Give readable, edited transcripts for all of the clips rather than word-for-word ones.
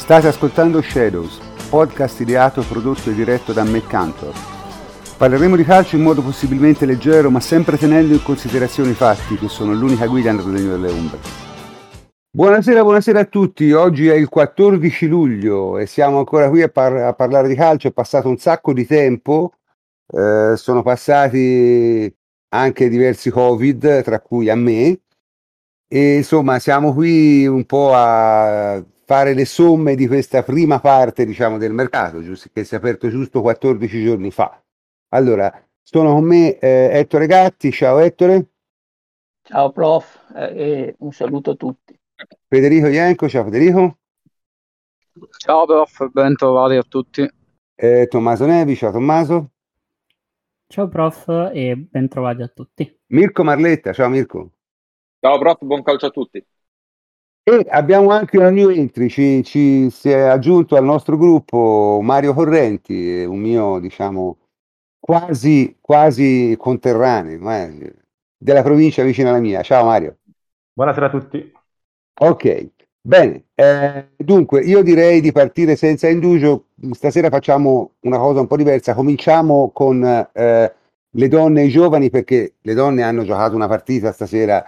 State ascoltando Shadows, podcast ideato, prodotto e diretto da Matt Cantor. Parleremo di calcio in modo possibilmente leggero, ma sempre tenendo in considerazione i fatti, che sono l'unica guida nel regno delle ombre. Buonasera a tutti. Oggi è il 14 luglio e siamo ancora qui a parlare di calcio. È passato un sacco di tempo, sono passati anche diversi Covid, tra cui a me, e insomma siamo qui un po' a fare le somme di questa prima parte, diciamo, del mercato, che si è aperto giusto 14 giorni fa. Allora, sono con me Ettore Gatti. Ciao Ettore. Ciao prof, e un saluto a tutti. Federico Ienco. Ciao Federico. Ciao prof, ben trovati a tutti. Tommaso Nevi. Ciao Tommaso. Ciao prof e ben trovati a tutti. Mirko Marletta. Ciao Mirko. Ciao prof, buon calcio a tutti. E abbiamo anche una new entry, ci si è aggiunto al nostro gruppo Mario Correnti, un mio, diciamo, quasi conterraneo, della provincia vicina alla mia. Ciao Mario. Buonasera a tutti. Ok, bene. Dunque io direi di partire senza indugio. Stasera facciamo una cosa un po' diversa. Cominciamo con le donne e i giovani, perché le donne hanno giocato una partita stasera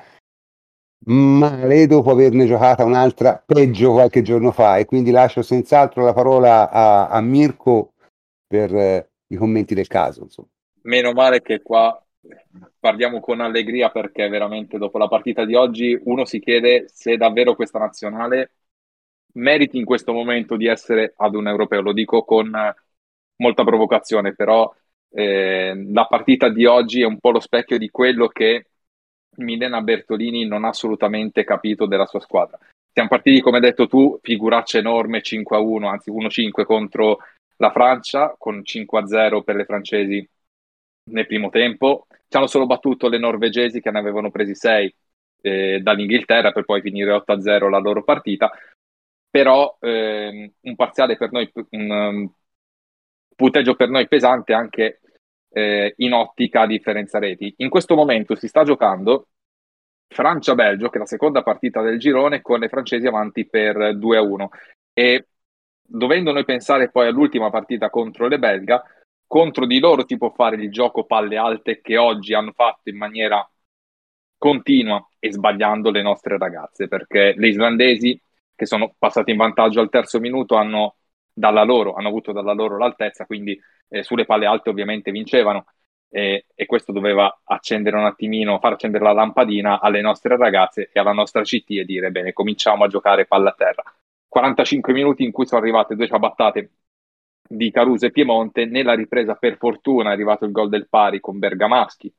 male dopo averne giocata un'altra peggio qualche giorno fa, e quindi lascio senz'altro la parola a Mirko per i commenti del caso, insomma. Meno male che qua parliamo con allegria, perché veramente dopo la partita di oggi uno si chiede se davvero questa nazionale meriti in questo momento di essere ad un europeo. Lo dico con molta provocazione, però la partita di oggi è un po' lo specchio di quello che Milena Bertolini non ha assolutamente capito della sua squadra. Siamo partiti, come hai detto tu, figuraccia enorme, 5-1, anzi 1-5 contro la Francia, con 5-0 per le francesi nel primo tempo. Ci hanno solo battuto le norvegesi, che ne avevano presi 6 dall'Inghilterra, per poi finire 8-0 la loro partita. Però un parziale per noi, un punteggio per noi pesante anche in ottica differenza reti. In questo momento si sta giocando Francia-Belgio, che è la seconda partita del girone, con le francesi avanti per 2-1, e dovendo noi pensare poi all'ultima partita contro le belga, contro di loro si può fare il gioco palle alte che oggi hanno fatto in maniera continua e sbagliando le nostre ragazze, perché le islandesi, che sono passate in vantaggio al terzo minuto, hanno avuto dalla loro l'altezza, quindi sulle palle alte ovviamente vincevano, e questo doveva accendere un attimino, far accendere la lampadina alle nostre ragazze e alla nostra CT e dire: bene, cominciamo a giocare palla a terra. 45 minuti in cui sono arrivate due ciabattate di Caruso e Piemonte. Nella ripresa, per fortuna, è arrivato il gol del pari con Bergamaschi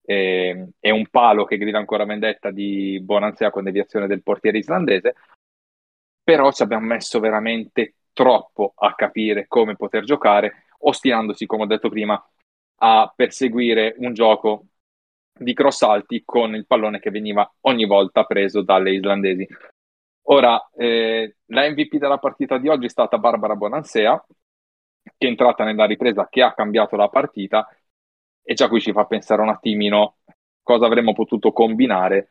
e un palo che grida ancora vendetta di Bonansea con deviazione del portiere islandese. Però ci abbiamo messo veramente troppo a capire come poter giocare, ostinandosi, come ho detto prima, a perseguire un gioco di cross alti con il pallone che veniva ogni volta preso dalle islandesi. Ora, la MVP della partita di oggi è stata Barbara Bonansea, che è entrata nella ripresa, che ha cambiato la partita, e già qui ci fa pensare un attimino cosa avremmo potuto combinare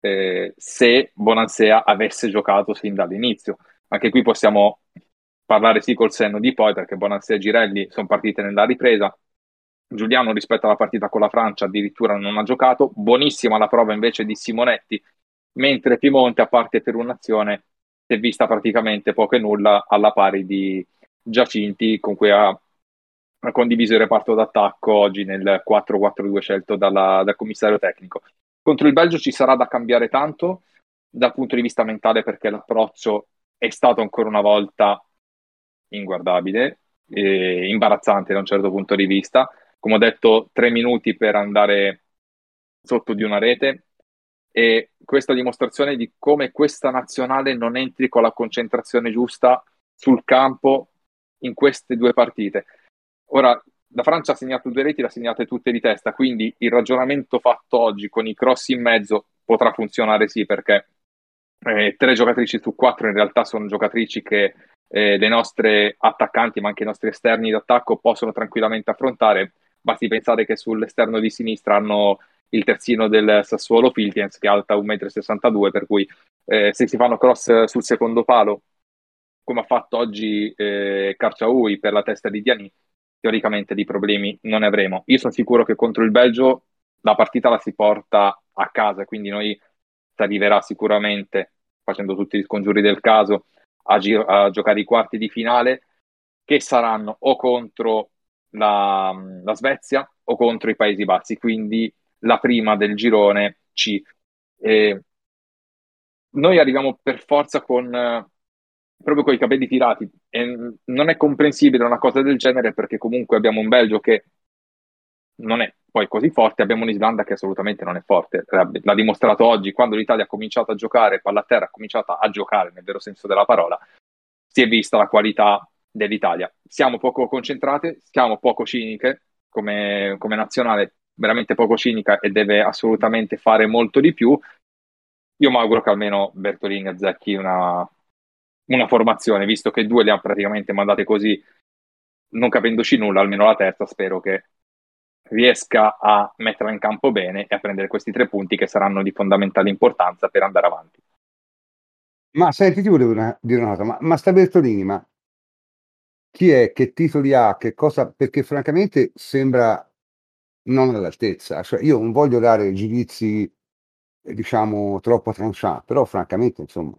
se Bonansea avesse giocato sin dall'inizio. Anche qui possiamo parlare sì col senno di poi, perché Bonansea e Girelli sono partite nella ripresa. Giuliano, rispetto alla partita con la Francia, addirittura non ha giocato. Buonissima la prova invece di Simonetti, mentre Piemonte, a parte per un'azione, si è vista praticamente poco e nulla, alla pari di Giacinti, con cui ha condiviso il reparto d'attacco oggi nel 4-4-2 scelto dal commissario tecnico. Contro il Belgio ci sarà da cambiare tanto dal punto di vista mentale, perché l'approccio è stato ancora una volta inguardabile e imbarazzante da un certo punto di vista. Come ho detto, 3 minuti per andare sotto di una rete, e questa dimostrazione di come questa nazionale non entri con la concentrazione giusta sul campo in queste due partite. Ora, la Francia ha segnato 2 reti, le ha segnate tutte di testa, quindi il ragionamento fatto oggi con i cross in mezzo potrà funzionare sì, perché 3 giocatrici su 4 in realtà sono giocatrici che le nostre attaccanti, ma anche i nostri esterni d'attacco, possono tranquillamente affrontare. Basti pensare che sull'esterno di sinistra hanno il terzino del Sassuolo Filtiens, che è alta 1,62 m, per cui se si fanno cross sul secondo palo come ha fatto oggi Karchaoui per la testa di Diani, teoricamente di problemi non ne avremo. Io sono sicuro che contro il Belgio la partita la si porta a casa, quindi noi si arriverà sicuramente, facendo tutti gli scongiuri del caso, a giocare i quarti di finale, che saranno o contro la Svezia o contro i Paesi Bassi, quindi la prima del girone C. E noi arriviamo per forza proprio con i capelli tirati e non è comprensibile una cosa del genere perché comunque abbiamo un Belgio che non è poi così forte, abbiamo un'Islanda che assolutamente non è forte, l'ha dimostrato oggi quando l'Italia ha cominciato a giocare palla a terra, ha cominciato a giocare nel vero senso della parola, si è vista la qualità dell'Italia. Siamo poco concentrate, siamo poco ciniche come nazionale, veramente poco cinica e deve assolutamente fare molto di più. Io mi auguro che almeno Bertolini azzecchi una formazione, visto che due le ha praticamente mandate così, non capendoci nulla, almeno la terza spero che riesca a metterla in campo bene e a prendere questi 3 punti che saranno di fondamentale importanza per andare avanti. Ma senti, ti volevo dire una cosa, ma sta Bertolini, ma chi è, che titoli ha, che cosa, perché francamente sembra non all'altezza. Cioè, io non voglio dare giudizi, diciamo, troppo tranchant, però francamente, insomma,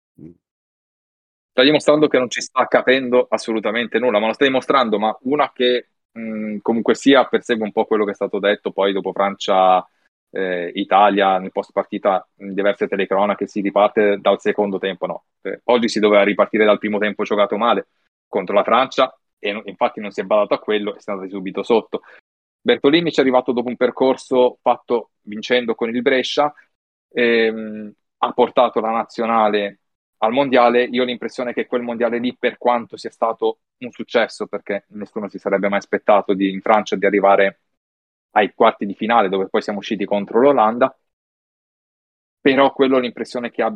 Sta dimostrando che non ci sta capendo assolutamente nulla, ma lo sta dimostrando, ma una che comunque sia persegue un po' quello che è stato detto poi dopo Francia-Italia nel post partita in diverse telecronache si riparte dal secondo tempo, no. Oggi si doveva ripartire dal primo tempo giocato male contro la Francia e infatti non si è badato a quello e si è andati subito sotto. Bertolini ci è arrivato dopo un percorso fatto vincendo con il Brescia, ha portato la nazionale al mondiale. Io ho l'impressione che quel mondiale lì, per quanto sia stato un successo, perché nessuno si sarebbe mai aspettato in Francia di arrivare ai quarti di finale, dove poi siamo usciti contro l'Olanda, però quello ho l'impressione che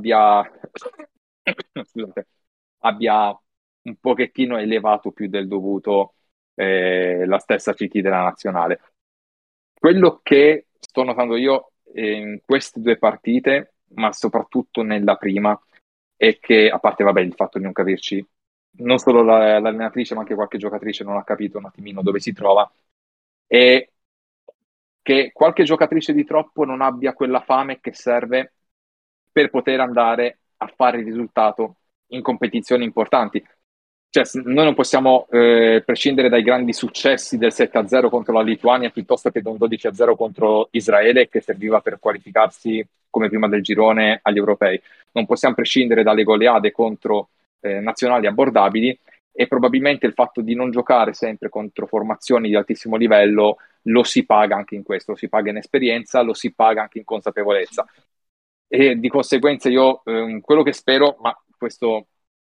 scusate, abbia un pochettino elevato più del dovuto la stessa CT della nazionale. Quello che sto notando io in queste 2 partite, ma soprattutto nella prima, è che, a parte vabbè, il fatto di non capirci, non solo l'allenatrice, ma anche qualche giocatrice non ha capito un attimino dove si trova, è che qualche giocatrice di troppo non abbia quella fame che serve per poter andare a fare il risultato in competizioni importanti. Cioè, noi non possiamo prescindere dai grandi successi del 7-0 contro la Lituania piuttosto che da un 12-0 contro Israele che serviva per qualificarsi come prima del girone agli europei. Non possiamo prescindere dalle goleade contro nazionali abbordabili e probabilmente il fatto di non giocare sempre contro formazioni di altissimo livello lo si paga anche in questo, lo si paga in esperienza, lo si paga anche in consapevolezza. E di conseguenza io quello che spero, ma questo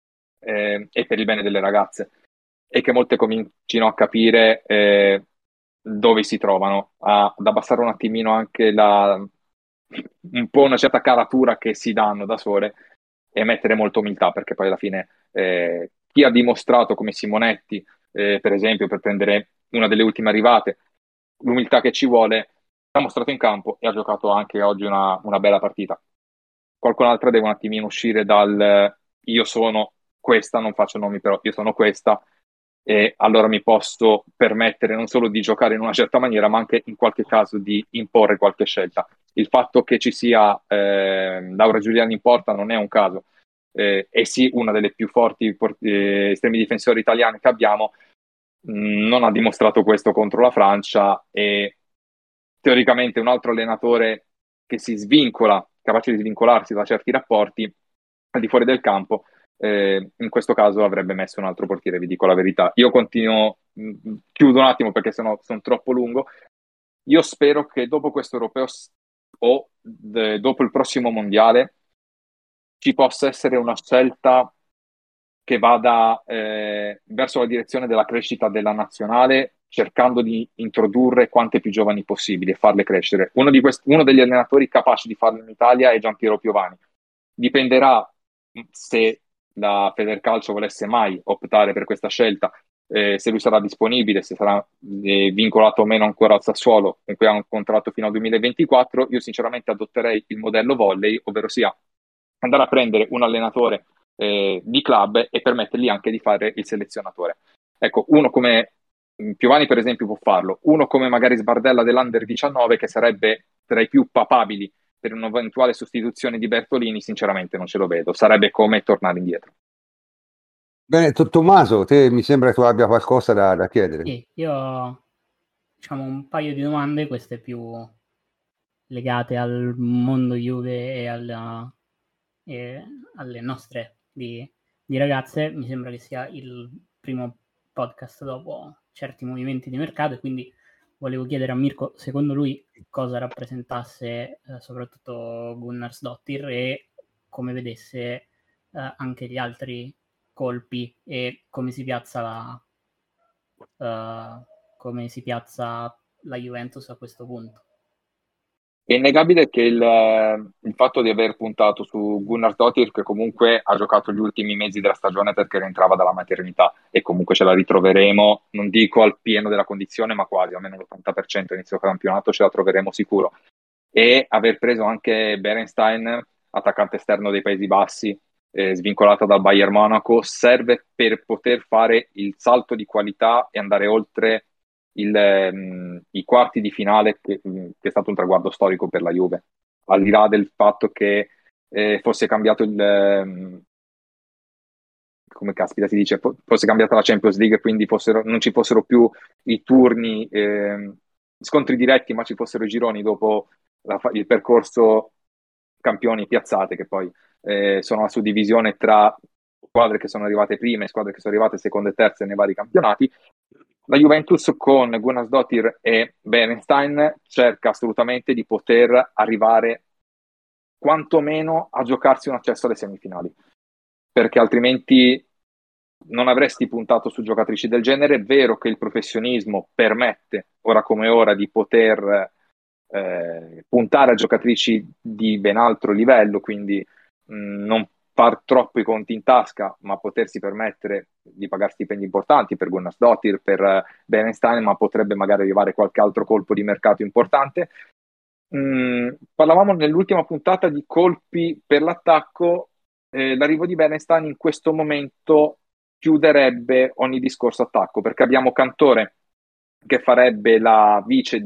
è per il bene delle ragazze, è che molte comincino a capire dove si trovano, ad abbassare un attimino anche un po' una certa caratura che si danno da sole e mettere molta umiltà, perché poi alla fine chi ha dimostrato come Simonetti, per esempio, per prendere una delle ultime arrivate, l'umiltà che ci vuole, l'ha mostrato in campo e ha giocato anche oggi una bella partita. Qualcun altro deve un attimino uscire dal io sono questa, non faccio nomi però io sono questa e allora mi posso permettere non solo di giocare in una certa maniera ma anche in qualche caso di imporre qualche scelta. Il fatto che ci sia Laura Giuliani in porta non è un caso, è sì una delle più forti estremi difensori italiani che abbiamo, non ha dimostrato questo contro la Francia e teoricamente un altro allenatore che si svincola, capace di svincolarsi da certi rapporti al di fuori del campo, in questo caso avrebbe messo un altro portiere, vi dico la verità. Io continuo, chiudo un attimo perché sennò sono troppo lungo. Io spero che dopo questo europeo dopo il prossimo mondiale ci possa essere una scelta che vada verso la direzione della crescita della nazionale, cercando di introdurre quante più giovani possibili e farle crescere. Uno degli allenatori capaci di farlo in Italia è Giampiero Piovani. Dipenderà se la Federcalcio volesse mai optare per questa scelta, se lui sarà disponibile, se sarà vincolato o meno ancora al Sassuolo, con cui ha un contratto fino al 2024. Io sinceramente adotterei il modello volley, ovvero sia andare a prendere un allenatore di club e permettergli anche di fare il selezionatore. Ecco, uno come Piovani per esempio può farlo, uno come magari Sbardella dell'Under 19 che sarebbe tra i più papabili per un'eventuale sostituzione di Bertolini, sinceramente non ce lo vedo, sarebbe come tornare indietro. Bene, Tommaso, te mi sembra che tu abbia qualcosa da chiedere. Sì, io ho un paio di domande, queste più legate al mondo Juve e alle nostre di ragazze. Mi sembra che sia il primo podcast dopo certi movimenti di mercato e quindi volevo chiedere a Mirko, secondo lui cosa rappresentasse soprattutto Gunnarsdottir e come vedesse anche gli altri colpi e come si piazza la Juventus a questo punto. È innegabile che il fatto di aver puntato su Gunnarsdottir, che comunque ha giocato gli ultimi mesi della stagione perché rientrava dalla maternità e comunque ce la ritroveremo, non dico al pieno della condizione, ma quasi, almeno l'80% inizio campionato ce la troveremo sicuro. E aver preso anche Berenstein, attaccante esterno dei Paesi Bassi, svincolata dal Bayern Monaco, serve per poter fare il salto di qualità e andare oltre i quarti di finale, che è stato un traguardo storico per la Juve, al di là del fatto che fosse cambiato come caspita si dice, fosse cambiata la Champions League, quindi non ci fossero più i turni, scontri diretti, ma ci fossero i gironi dopo il percorso campioni piazzate, che poi sono la suddivisione tra squadre che sono arrivate prime e squadre che sono arrivate seconde e terze nei vari campionati. La Juventus con Gunnarsdottir e Berenstein cerca assolutamente di poter arrivare quantomeno a giocarsi un accesso alle semifinali, perché altrimenti non avresti puntato su giocatrici del genere. È vero che il professionismo permette, ora come ora, di poter puntare a giocatrici di ben altro livello, quindi non far troppo i conti in tasca, ma potersi permettere di pagare stipendi importanti per Gunnarsdottir, per Berenstein, ma potrebbe magari arrivare qualche altro colpo di mercato importante. Parlavamo nell'ultima puntata di colpi per l'attacco. L'arrivo di Berenstein in questo momento chiuderebbe ogni discorso attacco, perché abbiamo Cantore che farebbe la vice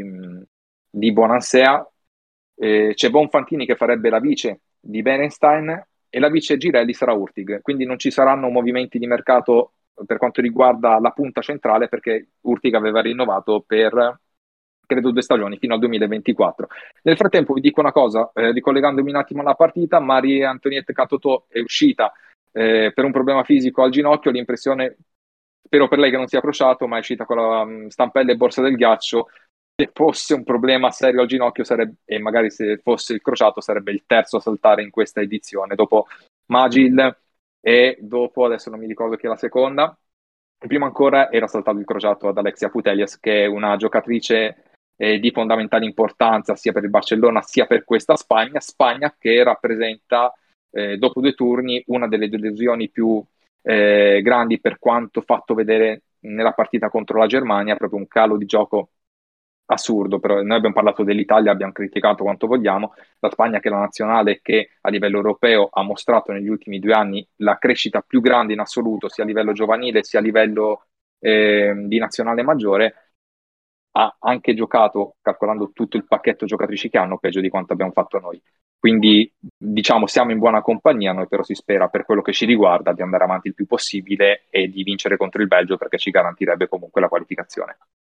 di Bonansea, c'è Bonfantini che farebbe la vice di Berenstein e la vice Girelli sarà Hurtig, quindi non ci saranno movimenti di mercato per quanto riguarda la punta centrale, perché Hurtig aveva rinnovato per credo 2 stagioni fino al 2024. Nel frattempo vi dico una cosa, ricollegandomi un attimo alla partita, Marie Antoniette Catotò è uscita per un problema fisico al ginocchio, l'impressione, spero per lei che non sia crociato, ma è uscita con la stampella e borsa del ghiaccio. Se fosse un problema serio al ginocchio e magari se fosse il crociato sarebbe il terzo a saltare in questa edizione, dopo Magil e dopo, adesso non mi ricordo chi è la seconda. Prima ancora era saltato il crociato ad Alexia Putellas, che è una giocatrice di fondamentale importanza sia per il Barcellona sia per questa Spagna che rappresenta dopo 2 turni una delle delusioni più grandi per quanto fatto vedere nella partita contro la Germania, proprio un calo di gioco assurdo. Però noi abbiamo parlato dell'Italia, abbiamo criticato quanto vogliamo, la Spagna che è la nazionale che a livello europeo ha mostrato negli ultimi 2 anni la crescita più grande in assoluto, sia a livello giovanile sia a livello di nazionale maggiore, ha anche giocato, calcolando tutto il pacchetto giocatrici che hanno, peggio di quanto abbiamo fatto noi. Quindi diciamo siamo in buona compagnia, noi però si spera, per quello che ci riguarda, di andare avanti il più possibile e di vincere contro il Belgio, perché ci garantirebbe comunque la qualificazione.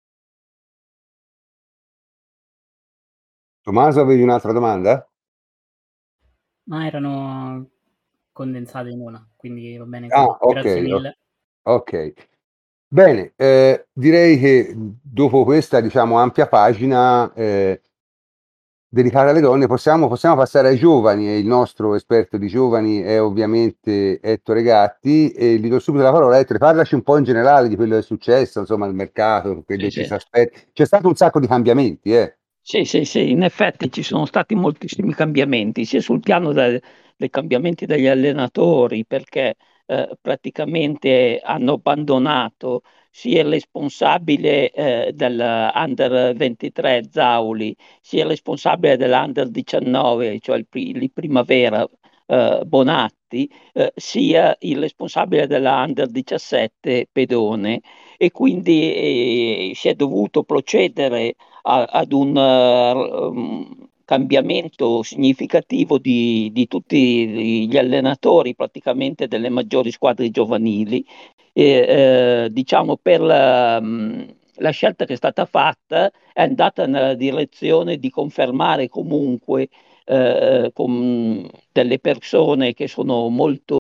Tommaso, avevi un'altra domanda? Ma erano condensate in una, quindi va bene. Ok, mille. Ok. Bene, direi che dopo questa, diciamo, ampia pagina dedicata alle donne, possiamo passare ai giovani, e il nostro esperto di giovani è ovviamente Ettore Gatti, e gli do subito la parola. Ettore, parlaci un po' in generale di quello che è successo, insomma, il mercato, quello che ci si aspetta. C'è stato un sacco di cambiamenti, Sì, in effetti ci sono stati moltissimi cambiamenti, sia sul piano dei cambiamenti degli allenatori, perché praticamente hanno abbandonato sia il responsabile dell'Under 23 Zauli, sia il responsabile dell'Under 19, cioè il Primavera, Bonatti, sia il responsabile della Under 17 Pedone, e quindi si è dovuto procedere ad un cambiamento significativo di tutti gli allenatori praticamente delle maggiori squadre giovanili. Diciamo per la scelta che è stata fatta è andata nella direzione di confermare comunque con delle persone che sono molto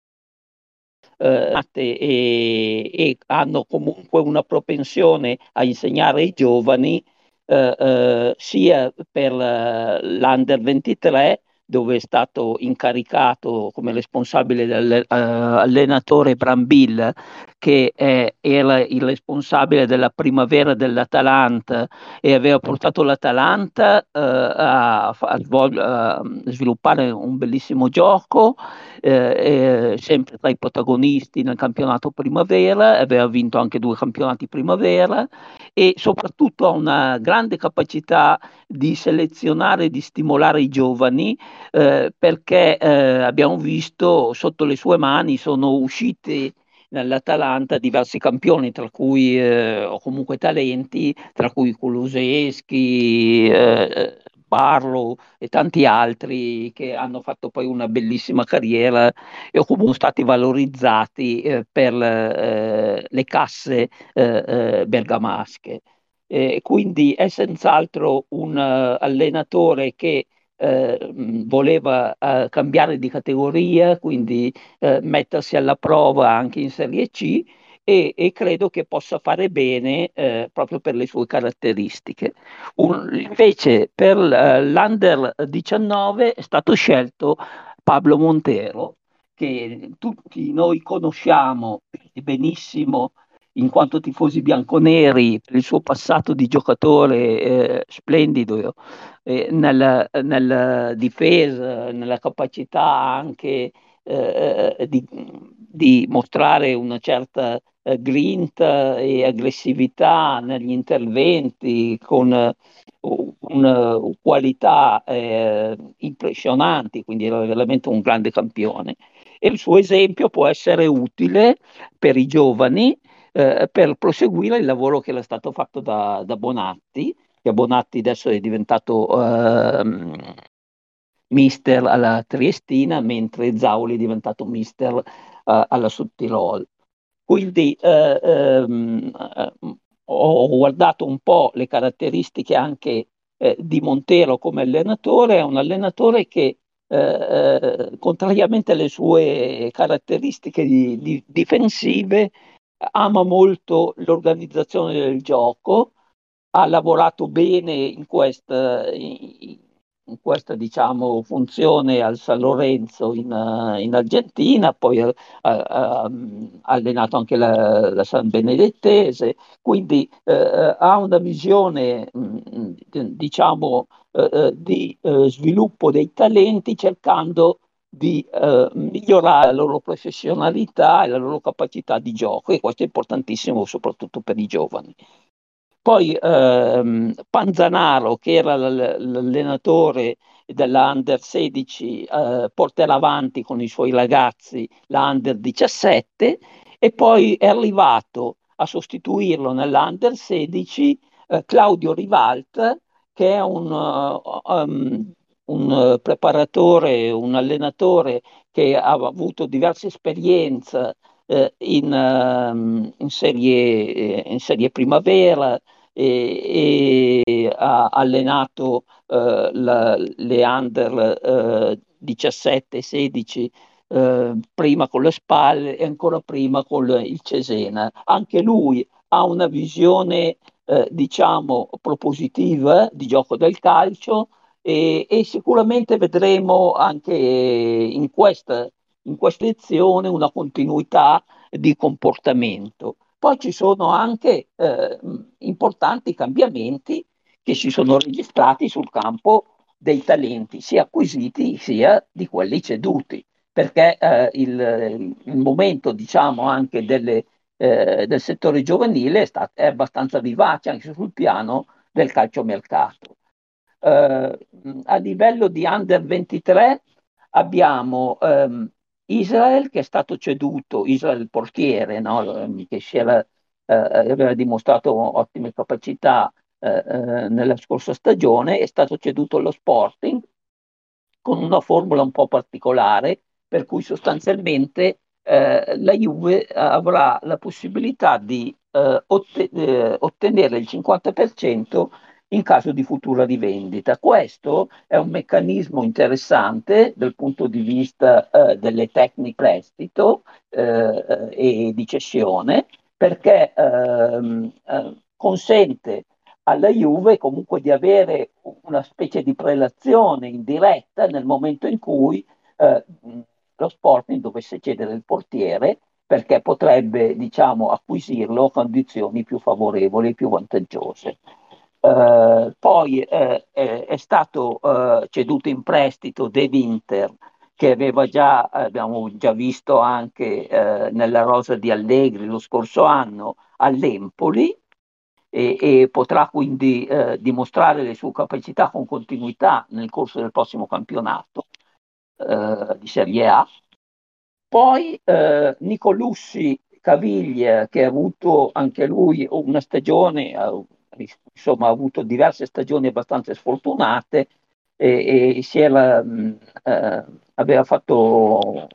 e hanno comunque una propensione a insegnare ai giovani, sia per l'Under 23, dove è stato incaricato come responsabile dell'allenatore Brambil, che era il responsabile della primavera dell'Atalanta e aveva portato l'Atalanta a sviluppare un bellissimo gioco, sempre tra i protagonisti nel campionato primavera, aveva vinto anche 2 campionati primavera e soprattutto ha una grande capacità di selezionare e di stimolare i giovani, perché abbiamo visto sotto le sue mani sono usciti nell'Atalanta diversi campioni, tra cui o comunque talenti, tra cui Kulusevski, Barlow e tanti altri che hanno fatto poi una bellissima carriera e o comunque sono stati valorizzati per le casse bergamasche. Quindi è senz'altro un allenatore che voleva cambiare di categoria, quindi mettersi alla prova anche in Serie C e credo che possa fare bene proprio per le sue caratteristiche. Invece per l'Under 19 è stato scelto Pablo Montero, che tutti noi conosciamo benissimo in quanto tifosi bianconeri per il suo passato di giocatore splendido nella difesa, nella capacità anche di mostrare una certa grinta e aggressività negli interventi con una qualità impressionanti, quindi era veramente un grande campione. E il suo esempio può essere utile per i giovani per proseguire il lavoro che era stato fatto da Bonatti, che Bonatti adesso è diventato mister alla Triestina, mentre Zauli è diventato mister alla Sudtirol. Quindi ho guardato un po' le caratteristiche anche di Montero come allenatore. È un allenatore che, contrariamente alle sue caratteristiche difensive, ama molto l'organizzazione del gioco, ha lavorato bene in questa diciamo, funzione al San Lorenzo in Argentina, poi ha allenato anche la San Benedettese, quindi ha una visione diciamo di sviluppo dei talenti, cercando di migliorare la loro professionalità e la loro capacità di gioco, e questo è importantissimo soprattutto per i giovani. Poi Panzanaro, che era l'allenatore della Under 16, porterà avanti con i suoi ragazzi la Under 17 e poi è arrivato a sostituirlo nella Under 16 Claudio Rivalt, che è un preparatore, un allenatore che ha avuto diverse esperienze in serie primavera e ha allenato le Under 17 e 16 prima con le Spalle e ancora prima con il Cesena. Anche lui ha una visione diciamo propositiva di gioco del calcio e sicuramente vedremo anche in questa lezione una continuità di comportamento. Poi ci sono anche importanti cambiamenti che si sono registrati sul campo dei talenti, sia acquisiti sia di quelli ceduti, perché il momento, diciamo, anche del settore giovanile è abbastanza vivace anche sul piano del calciomercato. A livello di Under 23 abbiamo Israel che è stato ceduto, Israel il portiere, no? Che aveva dimostrato ottime capacità nella scorsa stagione, è stato ceduto allo Sporting con una formula un po' particolare, per cui sostanzialmente la Juve avrà la possibilità di ottenere il 50% in caso di futura rivendita. Questo è un meccanismo interessante dal punto di vista delle tecniche prestito e di cessione, perché consente alla Juve comunque di avere una specie di prelazione indiretta nel momento in cui lo Sporting dovesse cedere il portiere, perché potrebbe, diciamo, acquisirlo a condizioni più favorevoli, più vantaggiose. Poi è stato ceduto in prestito De Winter, che abbiamo già visto anche nella rosa di Allegri lo scorso anno all'Empoli, e potrà quindi dimostrare le sue capacità con continuità nel corso del prossimo campionato di Serie A. Poi Nicolussi Caviglia, che ha avuto anche lui una stagione, insomma, ha avuto diverse stagioni abbastanza sfortunate e aveva fatto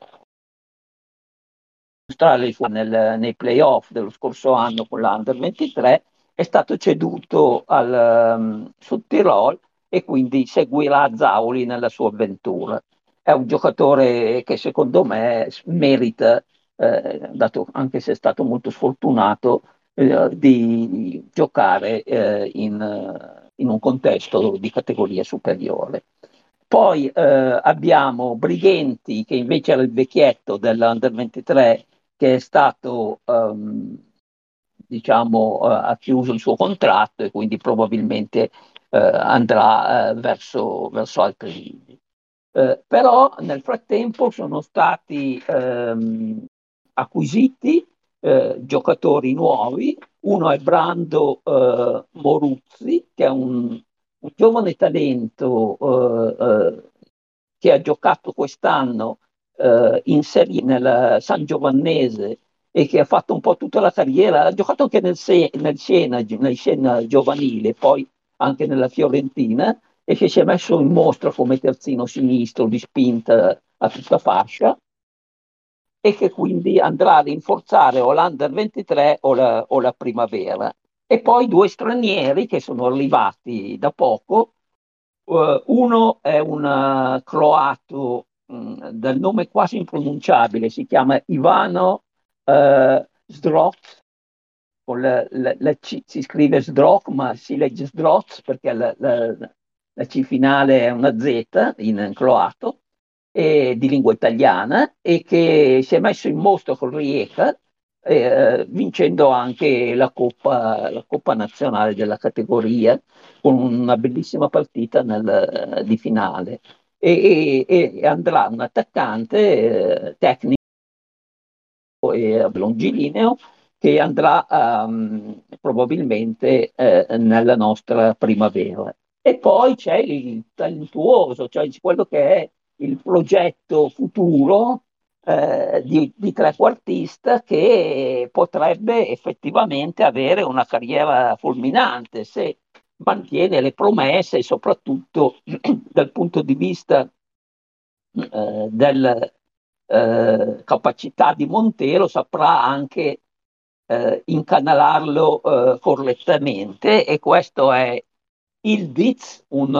mostrare nei playoff dello scorso anno con l'Under 23, è stato ceduto sul Tirol e quindi seguirà Zauli nella sua avventura. È un giocatore che secondo me merita, dato anche se è stato molto sfortunato, di giocare in un contesto di categoria superiore. Poi abbiamo Brighenti, che invece era il vecchietto dell'Under 23, che è stato, diciamo, ha chiuso il suo contratto e quindi probabilmente andrà verso altri lidi. Però nel frattempo sono stati acquisiti giocatori nuovi. Uno è Brando Moruzzi, che è un giovane talento che ha giocato quest'anno in Serie nel San Giovannese e che ha fatto un po' tutta la carriera, ha giocato anche nel Siena giovanile, poi anche nella Fiorentina, e che si è messo in mostra come terzino sinistro di spinta a tutta fascia e che quindi andrà a rinforzare o l'Under 23 o la primavera. E poi due stranieri che sono arrivati da poco. Uno è un croato dal nome quasi impronunciabile, si chiama Ivano Zdroc, con la C, si scrive Zdroc, ma si legge Zdroc perché la C finale è una Z in croato, di lingua italiana, e che si è messo in mostra con Rijeka, vincendo anche la Coppa nazionale della categoria con una bellissima partita di finale. E andrà un attaccante tecnico e longilineo che andrà probabilmente nella nostra primavera. E poi c'è il talentuoso, cioè quello che è il progetto futuro di trequartista che potrebbe effettivamente avere una carriera fulminante se mantiene le promesse e soprattutto dal punto di vista della capacità di Montero saprà anche incanalarlo correttamente, e questo è il Diz, un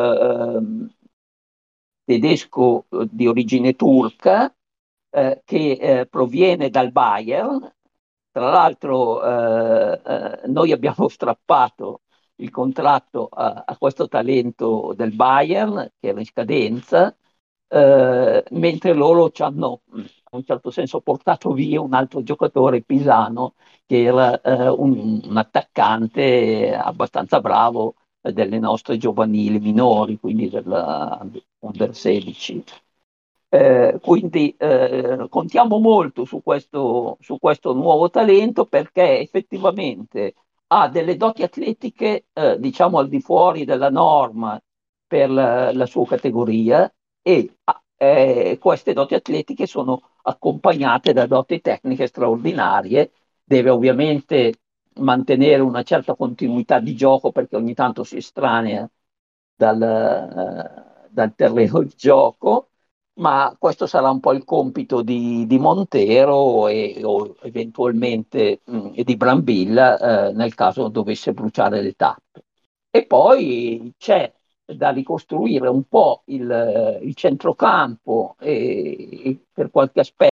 tedesco di origine turca che proviene dal Bayern. Tra l'altro noi abbiamo strappato il contratto a questo talento del Bayern che era in scadenza, mentre loro ci hanno in un certo senso portato via un altro giocatore, Pisano, che era un attaccante abbastanza bravo delle nostre giovanili minori, quindi della Under 16. Quindi contiamo molto su questo nuovo talento, perché effettivamente ha delle doti atletiche, diciamo, al di fuori della norma per la sua categoria, e queste doti atletiche sono accompagnate da doti tecniche straordinarie. Deve ovviamente mantenere una certa continuità di gioco perché ogni tanto si estranea dal terreno di gioco, ma questo sarà un po' il compito di Montero o eventualmente e di Brambilla nel caso dovesse bruciare le tappe. E poi c'è da ricostruire un po' il centrocampo e per qualche aspetto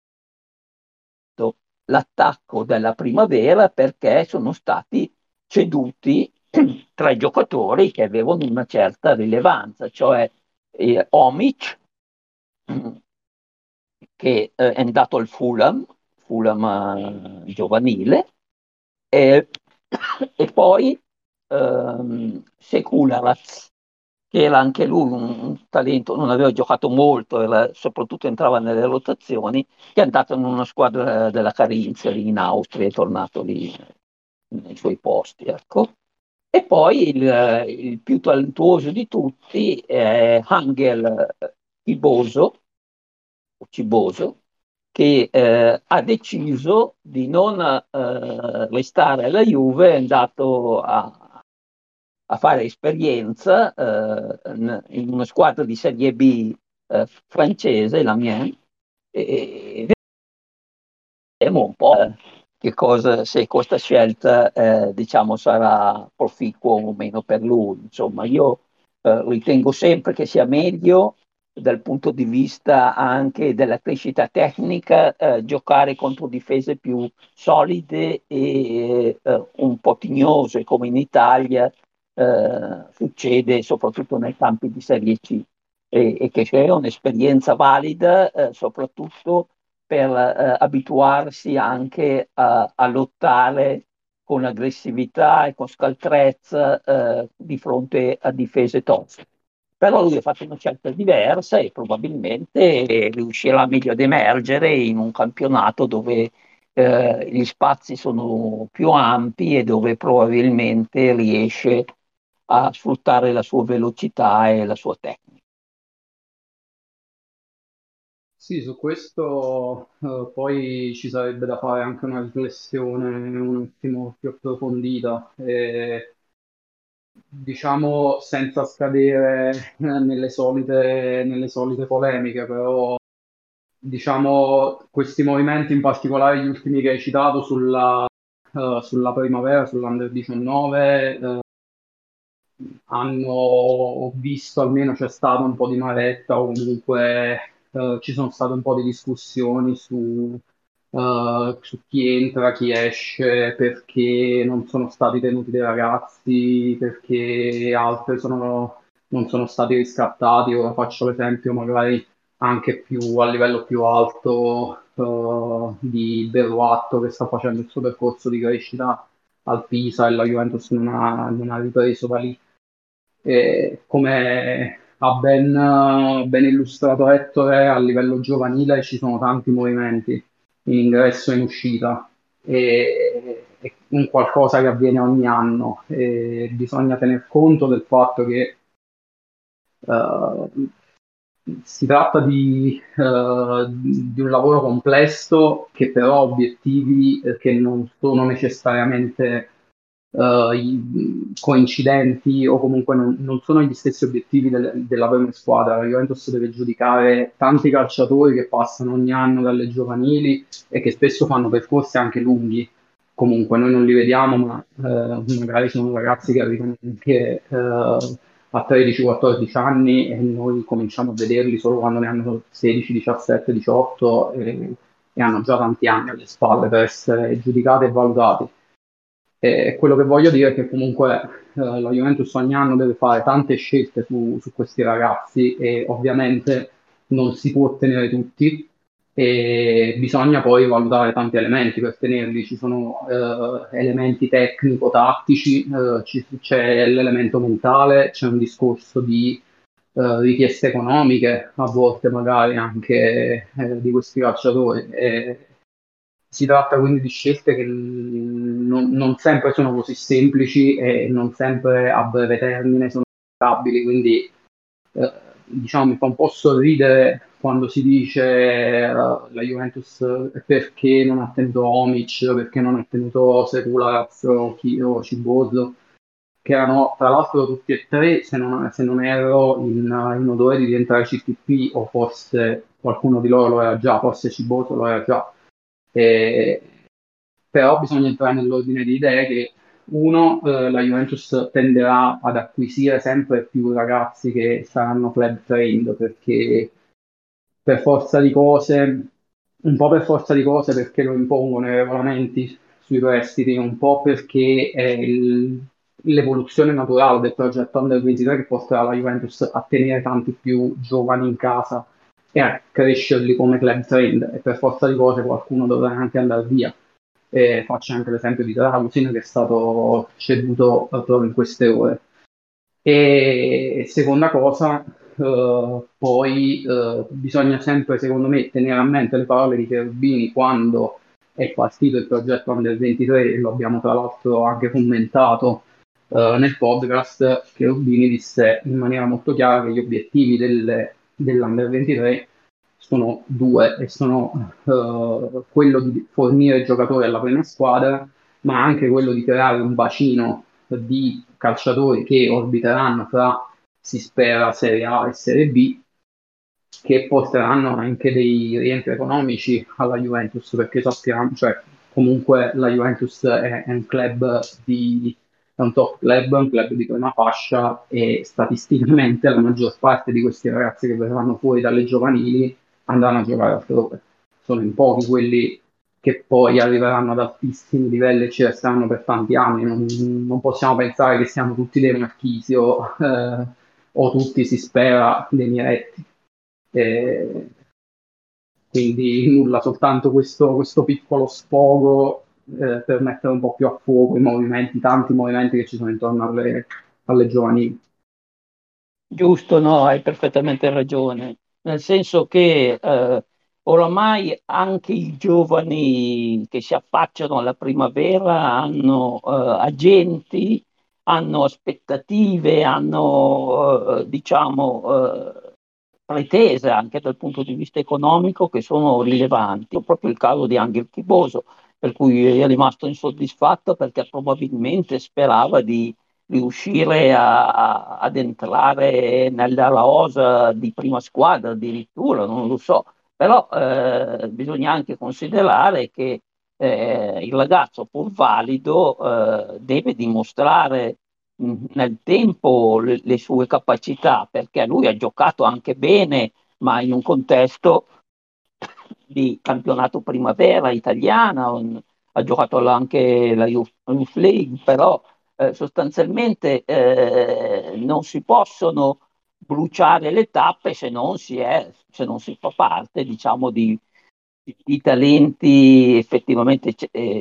l'attacco della primavera perché sono stati ceduti tre giocatori che avevano una certa rilevanza, cioè Omic, mm, che è andato al Fulham giovanile, e, e poi Sekularaz, che era anche lui un talento, non aveva giocato molto, soprattutto entrava nelle rotazioni, che è andato in una squadra della Carinzia lì in Austria, è tornato lì nei suoi posti, ecco. E poi il più talentuoso di tutti è Angel Ciboso, che ha deciso di non restare alla Juve, è andato a fare esperienza in una squadra di Serie B francese, la mia, e vedremo un po' che cosa, se questa scelta diciamo, sarà proficua o meno per lui. Insomma, io ritengo sempre che sia meglio dal punto di vista anche della crescita tecnica giocare contro difese più solide e un po' tignose come in Italia succede soprattutto nei campi di Serie C e che c'è un'esperienza valida soprattutto per abituarsi anche a lottare con aggressività e con scaltrezza di fronte a difese toste. Però lui ha fatto una scelta diversa e probabilmente riuscirà meglio ad emergere in un campionato dove gli spazi sono più ampi e dove probabilmente riesce a sfruttare la sua velocità e la sua tecnica. Sì, su questo poi ci sarebbe da fare anche una riflessione un attimo più approfondita, diciamo senza scadere nelle solite polemiche, però diciamo questi movimenti, in particolare gli ultimi che hai citato sulla primavera, sull'Under 19, ho visto almeno c'è stato un po' di maretta o comunque ci sono state un po' di discussioni su chi entra, chi esce, perché non sono stati tenuti dei ragazzi, perché altri non sono stati riscattati. Ora faccio l'esempio magari anche più a livello più alto di Beruatto che sta facendo il suo percorso di crescita al Pisa e la Juventus non ha ripreso da lì. E come ha ben illustrato Ettore, a livello giovanile ci sono tanti movimenti in ingresso e in uscita. È un qualcosa che avviene ogni anno e bisogna tener conto del fatto che eh, si tratta di un lavoro complesso che però ha obiettivi che non sono necessariamente coincidenti o comunque non sono gli stessi obiettivi della prima squadra. La Juventus deve giudicare tanti calciatori che passano ogni anno dalle giovanili e che spesso fanno percorsi anche lunghi. Comunque noi non li vediamo, ma magari sono ragazzi che arrivano anche a 13-14 anni e noi cominciamo a vederli solo quando ne hanno 16, 17, 18 e hanno già tanti anni alle spalle per essere giudicati e valutati. E quello che voglio dire è che comunque la Juventus ogni anno deve fare tante scelte su questi ragazzi e ovviamente non si può ottenere tutti e bisogna poi valutare tanti elementi per tenerli. Ci sono elementi tecnico-tattici, c'è l'elemento mentale, c'è un discorso di richieste economiche, a volte magari anche di questi calciatori. Si tratta quindi di scelte che non sempre sono così semplici e non sempre a breve termine sono stabili, quindi diciamo mi fa un po' sorridere quando si dice la Juventus perché non ha tenuto Omic, perché non ha tenuto Sekulas o Ciboso, che erano tra l'altro tutti e tre, se non erro, in odore di diventare CTP, o forse qualcuno di loro lo era già, forse Ciboso lo era già. Eh, Però bisogna entrare nell'ordine di idee che uno, la Juventus tenderà ad acquisire sempre più ragazzi che saranno club trained, perché per forza di cose, un po' per forza di cose perché lo impongono i regolamenti sui prestiti, un po' perché è l'evoluzione naturale del progetto Under 23 che porterà la Juventus a tenere tanti più giovani in casa e a crescerli come club trained, e per forza di cose qualcuno dovrà anche andare via. Faccio anche l'esempio di Trausin che è stato ceduto proprio in queste ore. E seconda cosa, poi bisogna sempre, secondo me, tenere a mente le parole di Cherubini quando è partito il progetto Under 23, e lo abbiamo tra l'altro anche commentato nel podcast. Cherubini disse in maniera molto chiara che gli obiettivi dell'Under 23 sono due, e sono quello di fornire giocatori alla prima squadra, ma anche quello di creare un bacino di calciatori che orbiteranno fra, si spera, Serie A e Serie B, che porteranno anche dei rientri economici alla Juventus, perché sappiamo, cioè, comunque la Juventus è un club è un top club, un club di prima fascia, e statisticamente la maggior parte di questi ragazzi che verranno fuori dalle giovanili andranno a giocare altrove. Sono in pochi quelli che poi arriveranno ad altissimi livelli e ci resteranno per tanti anni. Non possiamo pensare che siano tutti dei Marchisio o tutti, si spera, dei Miretti. Eh, quindi nulla, soltanto questo piccolo sfogo per mettere un po' più a fuoco i movimenti, tanti movimenti che ci sono intorno alle giovani. Giusto, no, hai perfettamente ragione, nel senso che oramai anche i giovani che si affacciano alla primavera hanno agenti, hanno aspettative, hanno diciamo pretese anche dal punto di vista economico che sono rilevanti. È proprio il caso di Angel Tiboso, per cui è rimasto insoddisfatto perché probabilmente sperava di riuscire ad entrare nella rosa di prima squadra addirittura, non lo so, però bisogna anche considerare che il ragazzo, pur valido, deve dimostrare nel tempo le sue capacità, perché lui ha giocato anche bene, ma in un contesto di campionato primavera italiana, ha giocato anche la Youth League, però sostanzialmente non si possono bruciare le tappe se non si fa parte, diciamo, di talenti effettivamente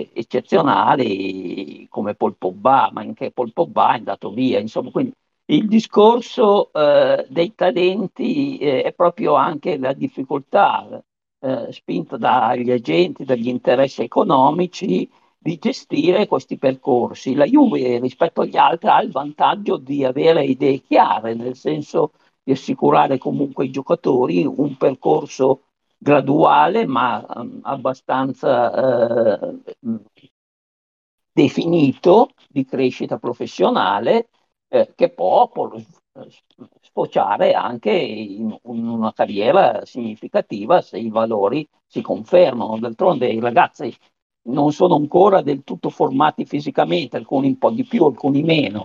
eccezionali come Paul Pogba, ma anche Paul Pogba è andato via, insomma, quindi il discorso dei talenti è proprio anche la difficoltà spinta dagli agenti, dagli interessi economici di gestire questi percorsi. La Juve rispetto agli altri ha il vantaggio di avere idee chiare, nel senso di assicurare comunque ai giocatori un percorso graduale ma abbastanza definito di crescita professionale che può sfociare anche in una carriera significativa se i valori si confermano. D'altronde i ragazzi non sono ancora del tutto formati fisicamente, alcuni un po' di più, alcuni meno,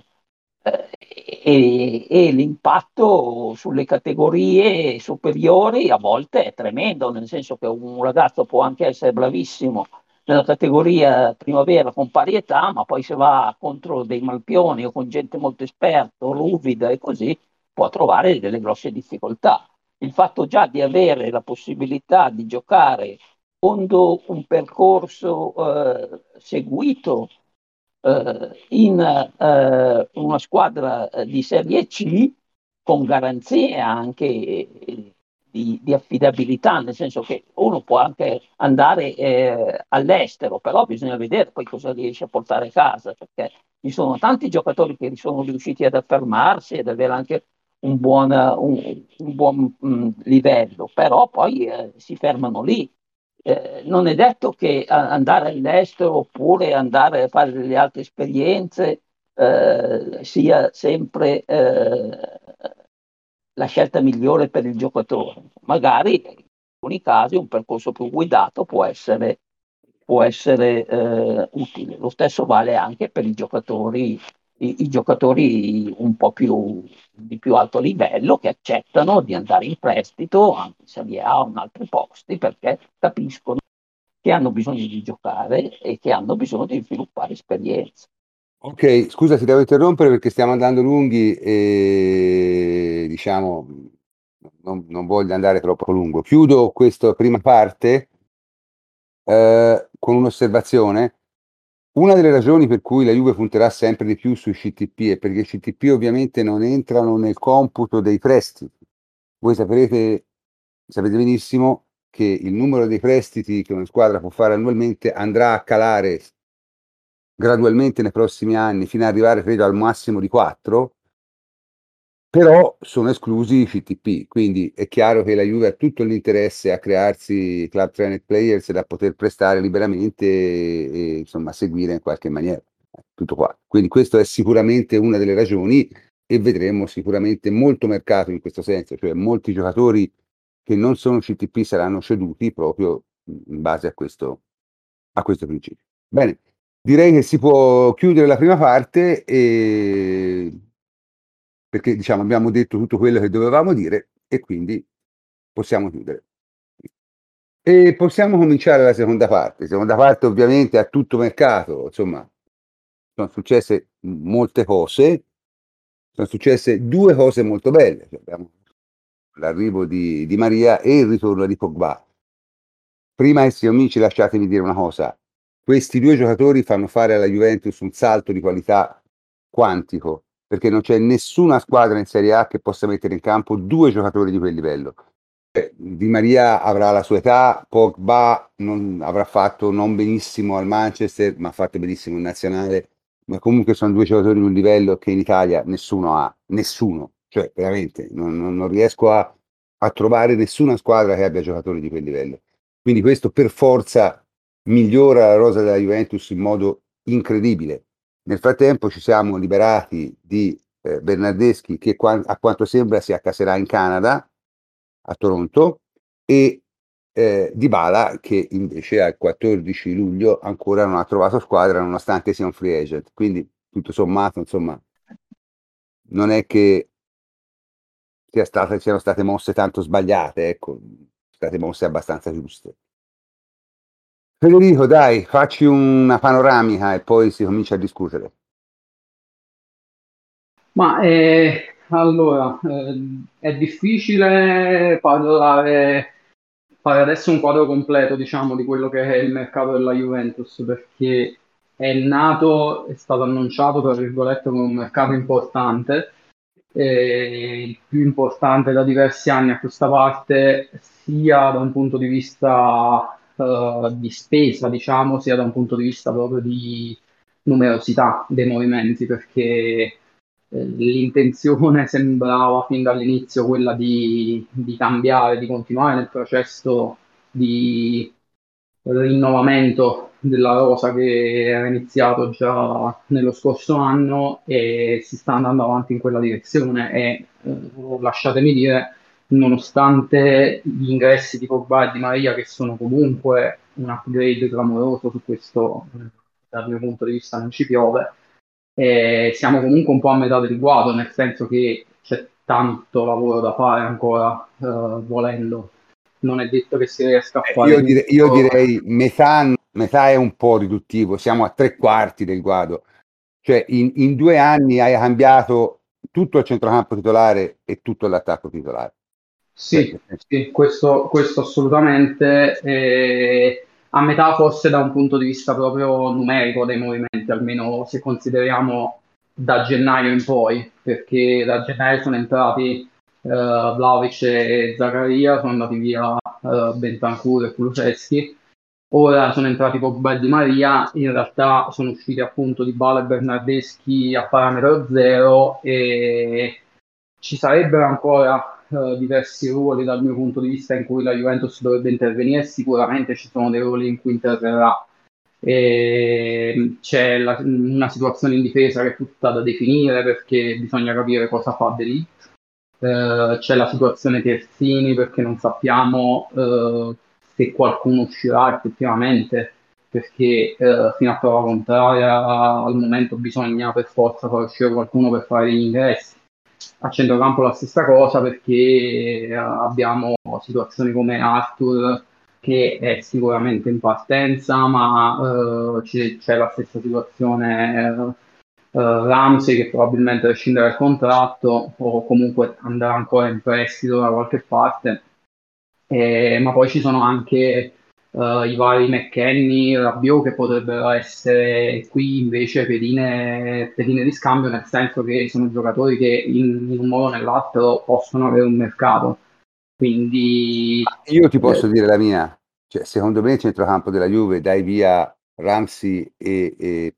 e l'impatto sulle categorie superiori a volte è tremendo, nel senso che un ragazzo può anche essere bravissimo nella categoria primavera con pari età, ma poi se va contro dei malpioni o con gente molto esperta o ruvida e così può trovare delle grosse difficoltà. Il fatto già di avere la possibilità di giocare secondo un percorso seguito in una squadra di Serie C con garanzie anche di affidabilità, nel senso che uno può anche andare all'estero, però bisogna vedere poi cosa riesce a portare a casa, perché ci sono tanti giocatori che sono riusciti ad affermarsi ed avere anche un buon livello, però poi si fermano lì. Non è detto che andare all'estero oppure andare a fare delle altre esperienze sia sempre la scelta migliore per il giocatore. Magari in alcuni casi un percorso più guidato può essere utile. Lo stesso vale anche per i giocatori un po' di più alto livello che accettano di andare in prestito anche in Serie A o in altri posti perché capiscono che hanno bisogno di giocare e che hanno bisogno di sviluppare esperienza. Ok, scusa, ti devo interrompere perché stiamo andando lunghi e diciamo non voglio andare troppo lungo. Chiudo questa prima parte con un'osservazione. Una delle ragioni per cui la Juve punterà sempre di più sui CTP è perché i CTP ovviamente non entrano nel computo dei prestiti. Voi sapete benissimo che il numero dei prestiti che una squadra può fare annualmente andrà a calare gradualmente nei prossimi anni fino ad arrivare credo al massimo di 4, però sono esclusi i CTP, quindi è chiaro che la Juve ha tutto l'interesse a crearsi club trained players da poter prestare liberamente e insomma seguire in qualche maniera. Tutto qua. Quindi questo è sicuramente una delle ragioni e vedremo sicuramente molto mercato in questo senso, cioè molti giocatori che non sono CTP saranno ceduti proprio in base a questo principio. Bene, direi che si può chiudere la prima parte perché diciamo abbiamo detto tutto quello che dovevamo dire e quindi possiamo chiudere. E possiamo cominciare la seconda parte. Seconda parte ovviamente a tutto mercato, insomma, sono successe molte cose, sono successe due cose molto belle. Cioè, abbiamo l'arrivo di Maria e il ritorno di Pogba. Prima, essi amici, lasciatemi dire una cosa. Questi due giocatori fanno fare alla Juventus un salto di qualità quantico, perché non c'è nessuna squadra in Serie A che possa mettere in campo due giocatori di quel livello. Di Maria avrà la sua età, Pogba avrà fatto non benissimo al Manchester, ma ha fatto benissimo in nazionale. Ma comunque sono due giocatori di un livello che in Italia nessuno ha, nessuno, cioè veramente non riesco a trovare nessuna squadra che abbia giocatori di quel livello. Quindi questo per forza migliora la rosa della Juventus in modo incredibile. Nel frattempo ci siamo liberati di Bernardeschi che a quanto sembra si accaserà in Canada, a Toronto, e Dybala che invece al 14 luglio ancora non ha trovato squadra nonostante sia un free agent. Quindi tutto sommato, insomma, non è che siano state mosse tanto sbagliate, ecco, state mosse abbastanza giuste. Federico, dai, facci una panoramica e poi si comincia a discutere. Ma allora, è difficile fare adesso un quadro completo, diciamo, di quello che è il mercato della Juventus, perché è stato annunciato, tra virgolette, come un mercato importante, il più importante da diversi anni a questa parte, sia da un punto di vista di spesa, diciamo, sia da un punto di vista proprio di numerosità dei movimenti, perché l'intenzione sembrava fin dall'inizio quella di cambiare, di continuare nel processo di rinnovamento della rosa che era iniziato già nello scorso anno e si sta andando avanti in quella direzione e lasciatemi dire, nonostante gli ingressi di Pogba e di Maria che sono comunque un upgrade clamoroso su questo, dal mio punto di vista non ci piove, siamo comunque un po' a metà del guado, nel senso che c'è tanto lavoro da fare ancora, volendo. Non è detto che si riesca a fare Io tutto. direi metà è un po' riduttivo, siamo a tre quarti del guado. Cioè in 2 anni hai cambiato tutto il centrocampo titolare e tutto l'attacco titolare. Cioè, Sì, sì, questo assolutamente. A metà forse da un punto di vista proprio numerico dei movimenti, almeno se consideriamo da gennaio in poi, perché da gennaio sono entrati Vlahovic e Zakaria, sono andati via Bentancur e Kulusevski. Ora sono entrati Pogba e Di Maria, in realtà sono usciti appunto Dybala e Bernardeschi a parametro zero e ci sarebbero ancora diversi ruoli dal mio punto di vista in cui la Juventus dovrebbe intervenire, sicuramente ci sono dei ruoli in cui interverrà. C'è una situazione in difesa che è tutta da definire perché bisogna capire cosa fa De Ligt. C'è la situazione terzini perché non sappiamo se qualcuno uscirà effettivamente, perché fino a prova contraria al momento bisogna per forza far uscire qualcuno per fare gli ingressi. A centrocampo la stessa cosa perché abbiamo situazioni come Arthur che è sicuramente in partenza, ma c'è la stessa situazione Ramsey che probabilmente rescinderà il contratto o comunque andrà ancora in prestito da qualche parte. Ma poi ci sono anche i vari McKennie, Rabiot che potrebbero essere qui invece pedine di scambio, nel senso che sono giocatori che in un modo o nell'altro possono avere un mercato. Quindi Io ti posso dire la mia, cioè, secondo me il centrocampo della Juve dai via Ramsey e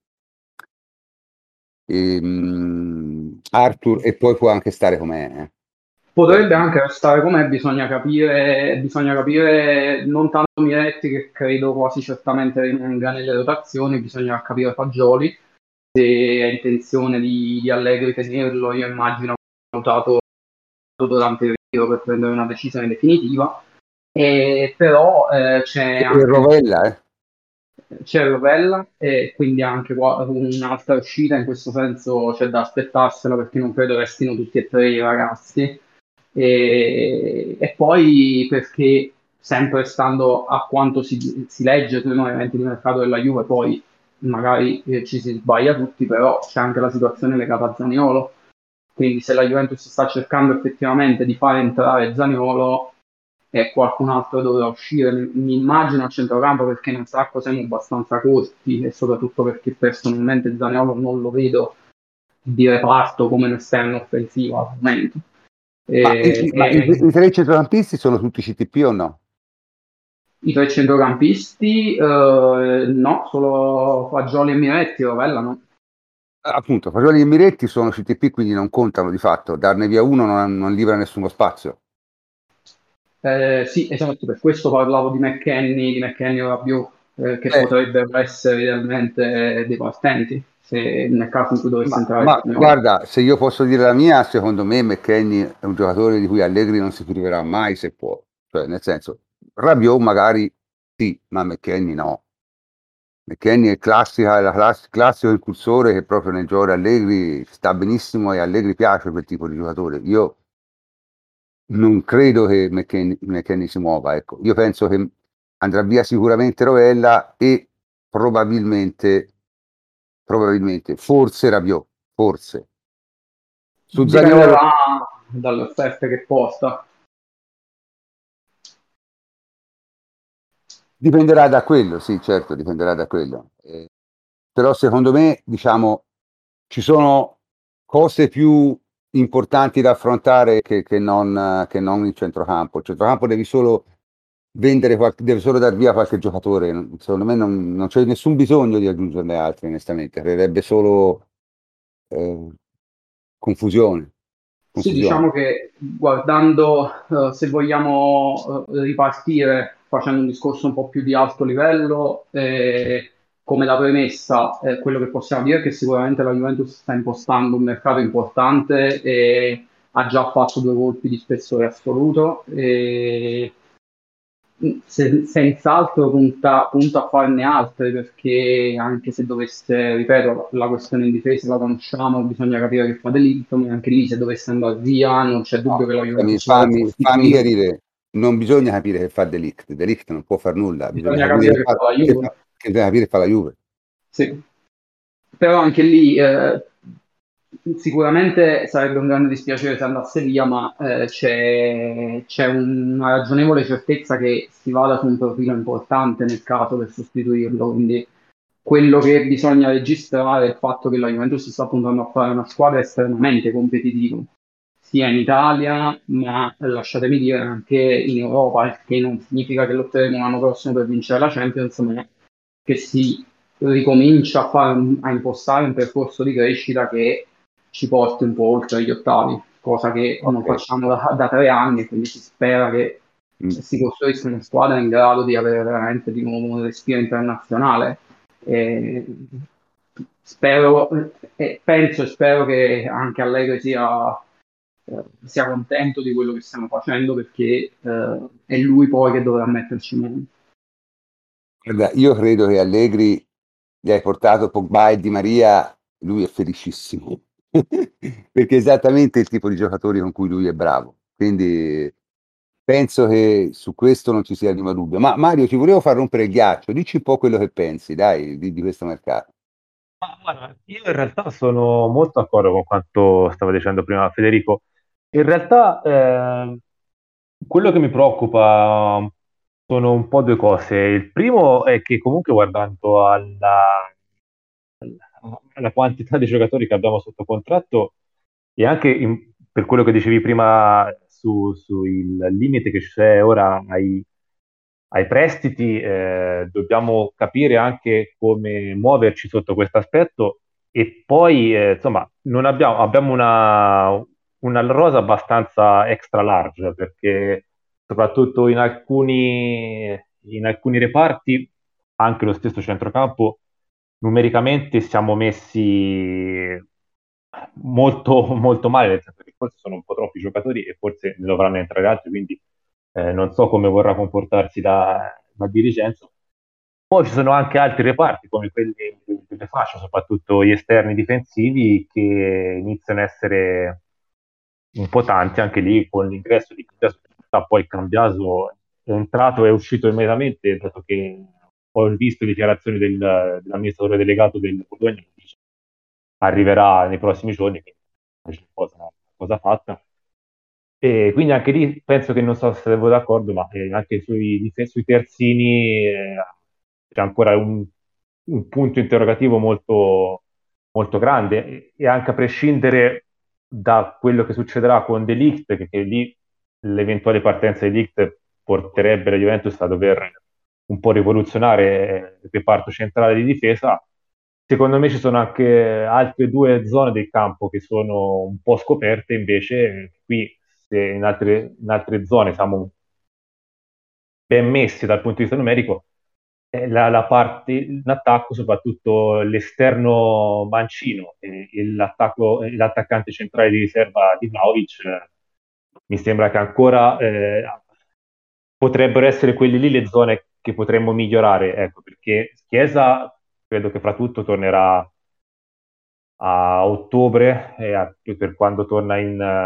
Arthur e poi può anche stare com'è. potrebbe anche restare com'è, bisogna capire non tanto Miretti che credo quasi certamente rimanga nelle rotazioni, bisogna capire Fagioli se è intenzione di Allegri tenerlo, io immagino valutato durante il ritiro per prendere una decisione definitiva, però c'è E anche Rovella, c'è Rovella e quindi anche un'altra uscita in questo senso c'è da aspettarsela perché non credo restino tutti e tre i ragazzi e poi perché sempre stando a quanto si legge sui movimenti di mercato della Juve poi magari ci si sbaglia tutti però c'è anche la situazione legata a Zaniolo, quindi se la Juventus sta cercando effettivamente di fare entrare Zaniolo e qualcun altro dovrà uscire. Mi immagino a centrocampo perché in attacco siamo abbastanza corti e soprattutto perché personalmente Zaniolo non lo vedo di reparto come un esterno offensivo al momento. ma i tre centrocampisti sono tutti CTP o no? I tre centrocampisti no, solo Fagioli e Miretti, Rovella no. Appunto, Fagioli e Miretti sono CTP, quindi non contano di fatto, darne via uno non libera nessuno spazio. Sì, esatto, per questo parlavo di McKennie o Rabiot, che potrebbero essere idealmente dei partenti, se nel caso in cui dovesse entrare il Zaniolo. Guarda, se io posso dire la mia, secondo me McKennie è un giocatore di cui Allegri non si priverà mai se può. Cioè, nel senso, Rabiot magari sì, ma McKennie no. McKennie è classico incursore che proprio nel gioco di Allegri sta benissimo e Allegri piace quel tipo di giocatore. Io non credo che McKennie si muova, ecco. Io penso che andrà via sicuramente Rovella e probabilmente, forse Rabiot, forse. Su Zaniolo Dipenderà dalle offerte che porta. dipenderà da quello, sì, certo, dipenderà da quello. Però secondo me, diciamo, ci sono cose più importanti da affrontare che non il centrocampo. Il centrocampo devi solo vendere deve solo dar via qualche giocatore. Secondo me non c'è nessun bisogno di aggiungerne altri, onestamente, creerebbe solo confusione. Sì, diciamo che guardando, se vogliamo ripartire facendo un discorso un po' più di alto livello, come da premessa, quello che possiamo dire è che sicuramente la Juventus sta impostando un mercato importante e ha già fatto due colpi di spessore assoluto. E senz'altro punta a farne altre perché anche se dovesse, ripeto, la questione in difesa la conosciamo, bisogna capire che fa De Ligt, ma anche lì se dovesse andare via non c'è dubbio che la Juventus fammi chiarire, non bisogna capire che fa De Ligt non può far nulla, bisogna capire che fa la Juve. Che bisogna capire che fa la Juve. Sì. Però anche lì sicuramente sarebbe un grande dispiacere se andasse via, ma c'è una ragionevole certezza che si vada su un profilo importante nel caso per sostituirlo. Quindi quello che bisogna registrare è il fatto che la Juventus sta puntando a fare una squadra estremamente competitiva, sia in Italia, ma lasciatemi dire anche in Europa, il che non significa che lotteremo l'anno prossimo per vincere la Champions, ma che si ricomincia a impostare un percorso di crescita che ci porti un po' oltre gli ottavi. cosa che non Ok. facciamo da 3 anni, e quindi si spera che si costruisca una squadra in grado di avere veramente di nuovo un respiro internazionale. E spero, penso e spero che anche Allegri sia contento di quello che stiamo facendo, perché è lui poi che dovrà metterci mano. Guarda, io credo che Allegri gli hai portato Pogba e Di Maria, lui è felicissimo, perché è esattamente il tipo di giocatori con cui lui è bravo. Quindi penso che su questo non ci sia prima dubbio. Ma Mario, ti volevo far rompere il ghiaccio, dici un po' quello che pensi, dai, di questo mercato. Ma guarda, io in realtà sono molto d'accordo con quanto stava dicendo prima Federico. In realtà quello che mi preoccupa sono un po' due cose. Il primo è che comunque guardando alla quantità di giocatori che abbiamo sotto contratto e anche per quello che dicevi prima sul limite che c'è ora ai prestiti, dobbiamo capire anche come muoverci sotto questo aspetto e poi, insomma, non abbiamo una rosa abbastanza extra large perché soprattutto in alcuni reparti, anche lo stesso centrocampo, numericamente siamo messi molto, molto male, nel senso che forse sono un po' troppi giocatori e forse ne dovranno entrare altri, quindi non so come vorrà comportarsi la dirigenza. Poi ci sono anche altri reparti, come quelli delle fasce, soprattutto gli esterni difensivi, che iniziano a essere un po' tanti, anche lì con l'ingresso di Cambiaso, poi Cambiaso è entrato e è uscito immediatamente, dato che ho visto le dichiarazioni dell'amministratore delegato del Bologna che dice arriverà nei prossimi giorni, quindi è una cosa fatta. E quindi anche lì penso che non so se siete d'accordo, ma anche sui terzini c'è ancora un punto interrogativo molto, molto grande e anche a prescindere da quello che succederà con De Ligt, che lì l'eventuale partenza di De Ligt porterebbe la Juventus a dover un po' rivoluzionare il reparto centrale di difesa. Secondo me ci sono anche altre due zone del campo che sono un po' scoperte, invece qui se in altre zone siamo ben messi dal punto di vista numerico, la parte, in attacco, soprattutto l'esterno mancino e l'attaccante centrale di riserva di Vlahovic, mi sembra che ancora potrebbero essere quelli lì le zone che potremmo migliorare, ecco, perché Chiesa credo che fra tutto tornerà a ottobre per quando torna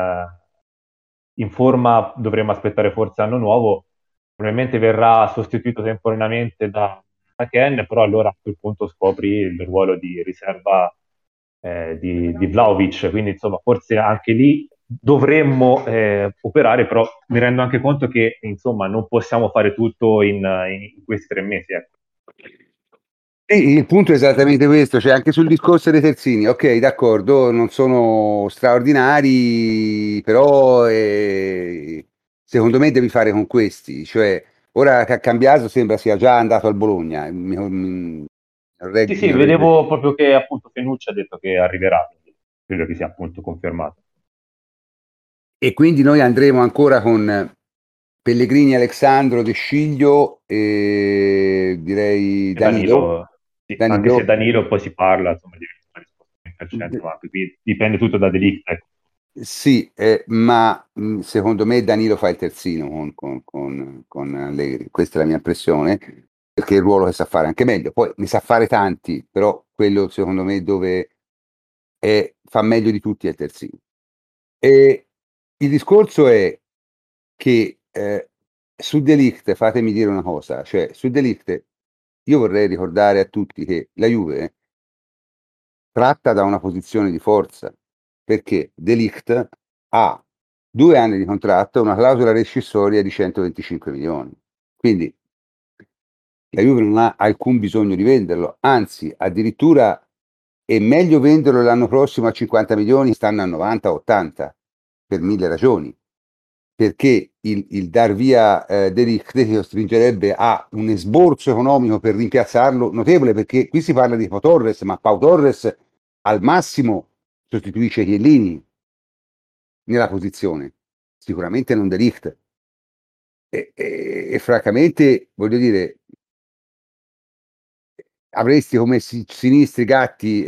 in forma dovremmo aspettare forse anno nuovo, probabilmente verrà sostituito temporaneamente da Ken, però allora a quel punto scopri il ruolo di riserva di Vlahovic, quindi insomma forse anche lì dovremmo operare, però mi rendo anche conto che insomma non possiamo fare tutto in questi 3 mesi. Ecco. E il punto è esattamente questo, cioè anche sul discorso dei terzini, ok, d'accordo, non sono straordinari, però secondo me devi fare con questi, cioè ora che ha cambiato sembra sia già andato al Bologna. Sì, vedevo proprio che appunto Fenucci ha detto che arriverà, quindi credo che sia appunto confermato. E quindi noi andremo ancora con Pellegrini, Alexandro, De Sciglio e direi Danilo. Sì, anche se Danilo poi si parla insomma, di risposta al centro, ma qui dipende tutto da De Ligt. Ecco. Sì, ma secondo me Danilo fa il terzino con Allegri, questa è la mia impressione, perché è il ruolo che sa fare anche meglio, poi ne sa fare tanti, però quello secondo me dove fa meglio di tutti è il terzino. E il discorso è che su De Ligt, fatemi dire una cosa, cioè su De Ligt io vorrei ricordare a tutti che la Juve tratta da una posizione di forza, perché De Ligt ha 2 anni di contratto e una clausola rescissoria di 125 milioni. Quindi la Juve non ha alcun bisogno di venderlo, anzi addirittura è meglio venderlo l'anno prossimo a 50 milioni, stanno a 90-80 per 1000 ragioni, perché il dar via De Ligt ti costringerebbe a un esborso economico per rimpiazzarlo notevole, perché qui si parla di Pau Torres, ma Pau Torres al massimo sostituisce Chiellini, nella posizione, sicuramente non De Ligt. E francamente, voglio dire, avresti come sinistri Gatti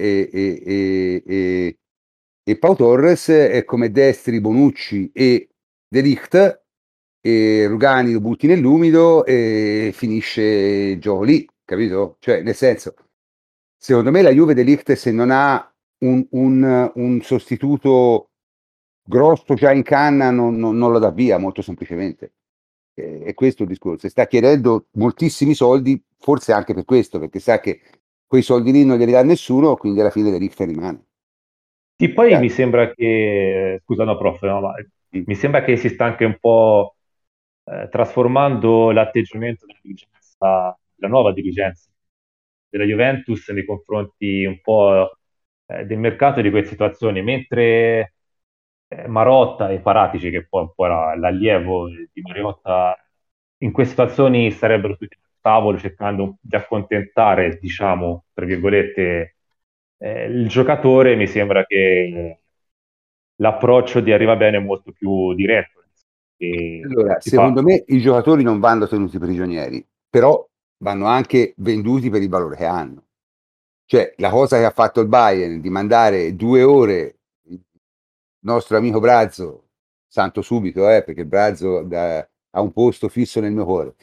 e Pau Torres, e come destri Bonucci e De Ligt, e Rugani lo butti nell'umido e finisce il gioco lì, capito? Cioè, nel senso, secondo me la Juve De Ligt, se non ha un sostituto grosso già in canna, non lo dà via, molto semplicemente. È questo il discorso. E sta chiedendo moltissimi soldi, forse anche per questo, perché sa che quei soldi lì non glieli dà nessuno, quindi alla fine De Ligt rimane. Sì, poi Chiaro? mi sembra che, scusa, no, prof, no, ma Mm. mi sembra che si sta anche un po' trasformando l'atteggiamento della dirigenza, la nuova dirigenza della Juventus nei confronti un po' del mercato e di quelle situazioni, mentre Marotta e Paratici, che poi un po' era l'allievo di Marotta, in queste situazioni sarebbero tutti al tavolo cercando di accontentare, diciamo, tra virgolette, il giocatore. Mi sembra che l'approccio di Arriva Bene è molto più diretto. E Allora, si fa, secondo me i giocatori non vanno tenuti prigionieri, però vanno anche venduti per il valore che hanno. Cioè, la cosa che ha fatto il Bayern di mandare 2 ore il nostro amico Brazzo, santo subito, perché Brazzo ha un posto fisso nel mio cuore,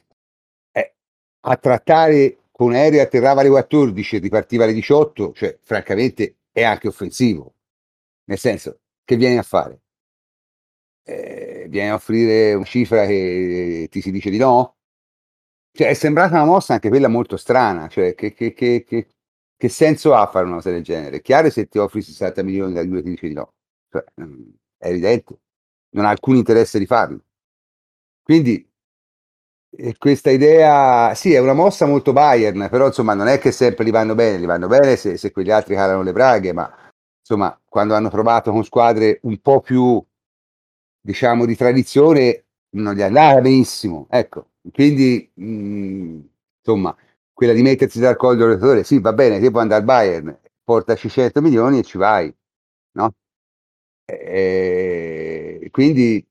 a trattare con aereo, atterrava alle 14 e ripartiva alle 18, cioè, francamente, è anche offensivo. Nel senso, che vieni a fare? Vieni a offrire una cifra che ti si dice di no? Cioè, è sembrata una mossa anche quella molto strana, cioè che senso ha fare una cosa del genere? È chiaro, se ti offri 60 milioni da Juve ti dice di no, cioè, è evidente, non ha alcun interesse di farlo. Quindi questa idea, sì, è una mossa molto Bayern, però insomma non è che sempre gli vanno bene se quegli altri calano le braghe, ma insomma quando hanno provato con squadre un po' più, diciamo, di tradizione, non gli andava benissimo, ecco. Quindi insomma, quella di mettersi dal collo del giocatore, sì, va bene, te puoi andare al Bayern, portaci 100 milioni e ci vai, no? Quindi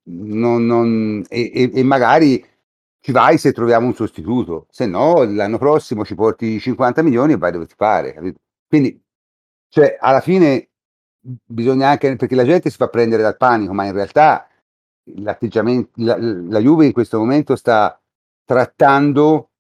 e magari ci vai se troviamo un sostituto, se no l'anno prossimo ci porti 50 milioni e vai dove ti pare, capito? Quindi, cioè, alla fine bisogna anche, perché la gente si fa prendere dal panico, ma in realtà l'atteggiamento, la Juve in questo momento sta trattando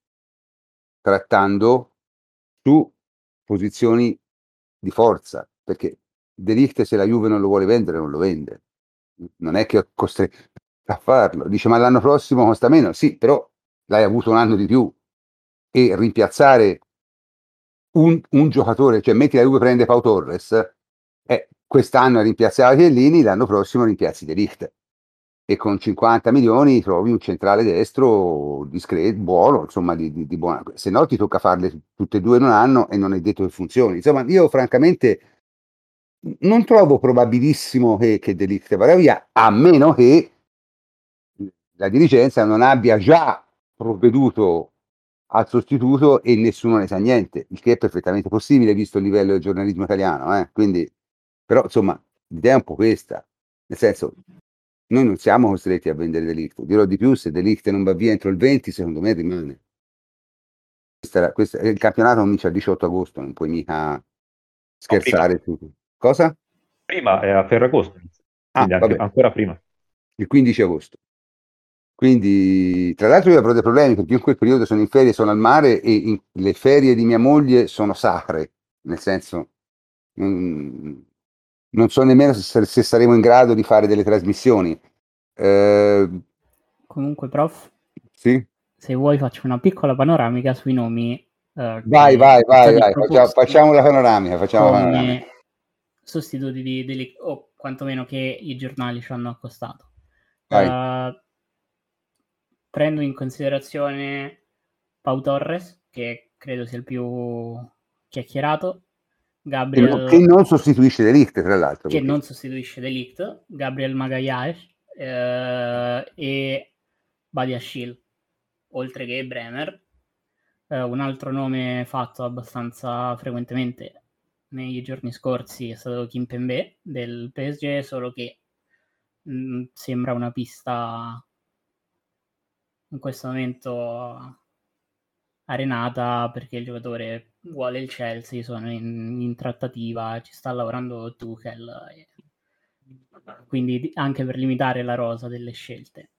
su posizioni di forza, perché De Ligt, se la Juve non lo vuole vendere, non lo vende. Non è che è costretto a farlo. Dice, ma l'anno prossimo costa meno? Sì, però l'hai avuto un anno di più, e rimpiazzare un giocatore, cioè metti la Juve prende Pau Torres, quest'anno rimpiazzava Chiellini, l'anno prossimo rimpiazzi De Ligt. E con 50 milioni trovi un centrale destro discreto, buono, insomma, di buona. Se no ti tocca farle tutte e due in un anno e non è detto che funzioni. Insomma, io francamente non trovo probabilissimo che De Ligt vada via, a meno che la dirigenza non abbia già provveduto al sostituto e nessuno ne sa niente, il che è perfettamente possibile visto il livello del giornalismo italiano. Quindi, però, insomma, l'idea è un po' questa, nel senso, noi non siamo costretti a vendere De Ligt. Dirò di più, se De Ligt non va via entro il 20, secondo me rimane. Il campionato comincia il 18 agosto, non puoi mica scherzare su. Cosa? prima è a Ferragosto, Ah, quindi anche, vabbè, ancora prima. il 15 agosto. Quindi, tra l'altro, io avrò dei problemi perché io in quel periodo sono in ferie, sono al mare e le ferie di mia moglie sono sacre, nel senso, non so nemmeno se saremo in grado di fare delle trasmissioni. Comunque, prof, Sì? se vuoi faccio una piccola panoramica sui nomi Vai, che sono stati proposti facciamo la panoramica, come sostituti di Ligt, o quantomeno che i giornali ci hanno accostato. Prendo in considerazione Pau Torres, che credo sia il più chiacchierato, Gabriel, che non sostituisce De Ligt, tra l'altro. che non sostituisce De Ligt, Gabriel Magalhaes e Badiashile, oltre che Bremer. Un altro nome fatto abbastanza frequentemente nei giorni scorsi è stato Kimpembe del PSG, solo che sembra una pista in questo momento arenata perché il giocatore vuole il Chelsea, sono in trattativa, ci sta lavorando Tuchel, quindi anche per limitare la rosa delle scelte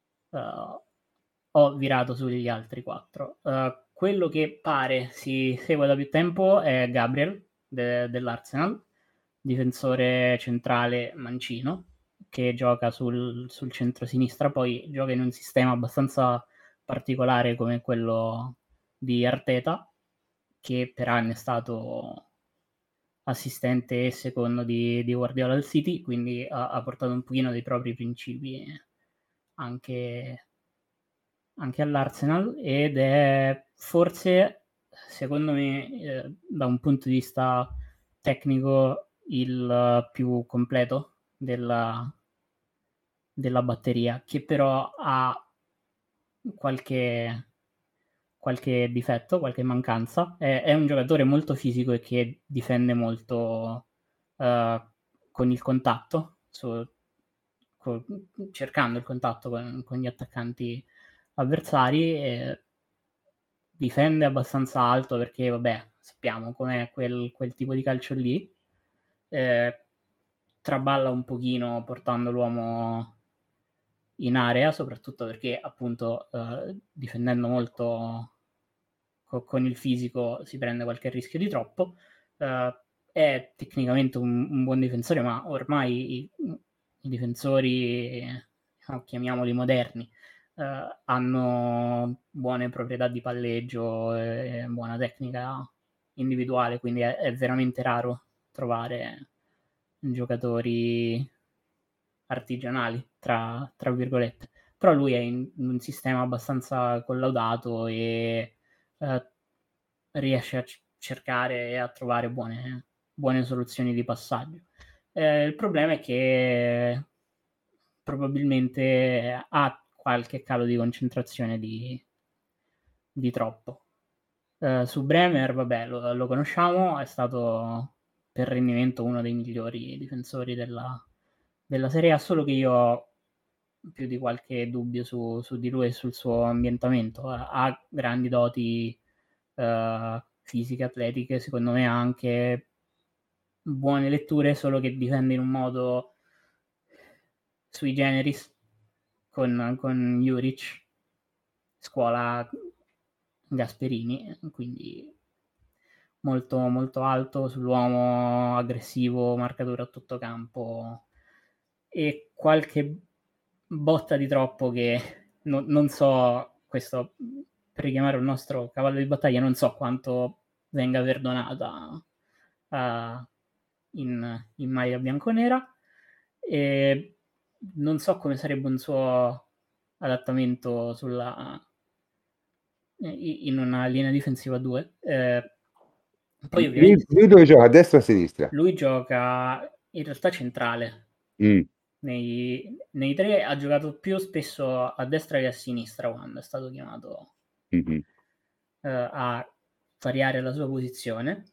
ho virato sugli altri 4. Quello che pare si segue da più tempo è Gabriel dell'Arsenal, difensore centrale mancino, che gioca sul centro-sinistra, poi gioca in un sistema abbastanza particolare come quello di Arteta, che per anni è stato assistente e secondo di Guardiola al City, quindi ha portato un pochino dei propri principi anche all'Arsenal, ed è forse, secondo me, da un punto di vista tecnico, il più completo della batteria, che però ha qualche difetto, qualche mancanza. È un giocatore molto fisico e che difende molto con il contatto, cercando il contatto con gli attaccanti avversari. Difende abbastanza alto perché, vabbè, sappiamo com'è quel tipo di calcio lì. Traballa un pochino portando l'uomo in area, soprattutto perché appunto difendendo molto con il fisico si prende qualche rischio di troppo. È tecnicamente un buon difensore, ma ormai i difensori, chiamiamoli moderni, hanno buone proprietà di palleggio e buona tecnica individuale, quindi è veramente raro trovare giocatori artigianali, tra virgolette. Però lui è in un sistema abbastanza collaudato e riesce a cercare e a trovare buone soluzioni di passaggio. Il problema è che probabilmente ha qualche calo di concentrazione di troppo. Su Bremer, vabbè, lo conosciamo, è stato per rendimento uno dei migliori difensori della Serie A, solo che io ho più di qualche dubbio su di lui e sul suo ambientamento. Ha grandi doti fisiche, atletiche, secondo me ha anche buone letture, solo che difende in un modo sui generis con Juric, scuola Gasperini, quindi molto molto alto sull'uomo, aggressivo, marcatura a tutto campo e qualche botta di troppo che non so, questo per richiamare il nostro cavallo di battaglia, non so quanto venga perdonata in maglia bianconera, e non so come sarebbe un suo adattamento in una linea difensiva 2. Poi ovviamente lui dove gioca? A destra o a sinistra? lui gioca in realtà centrale. Nei tre ha giocato più spesso a destra che a sinistra quando è stato chiamato a variare la sua posizione.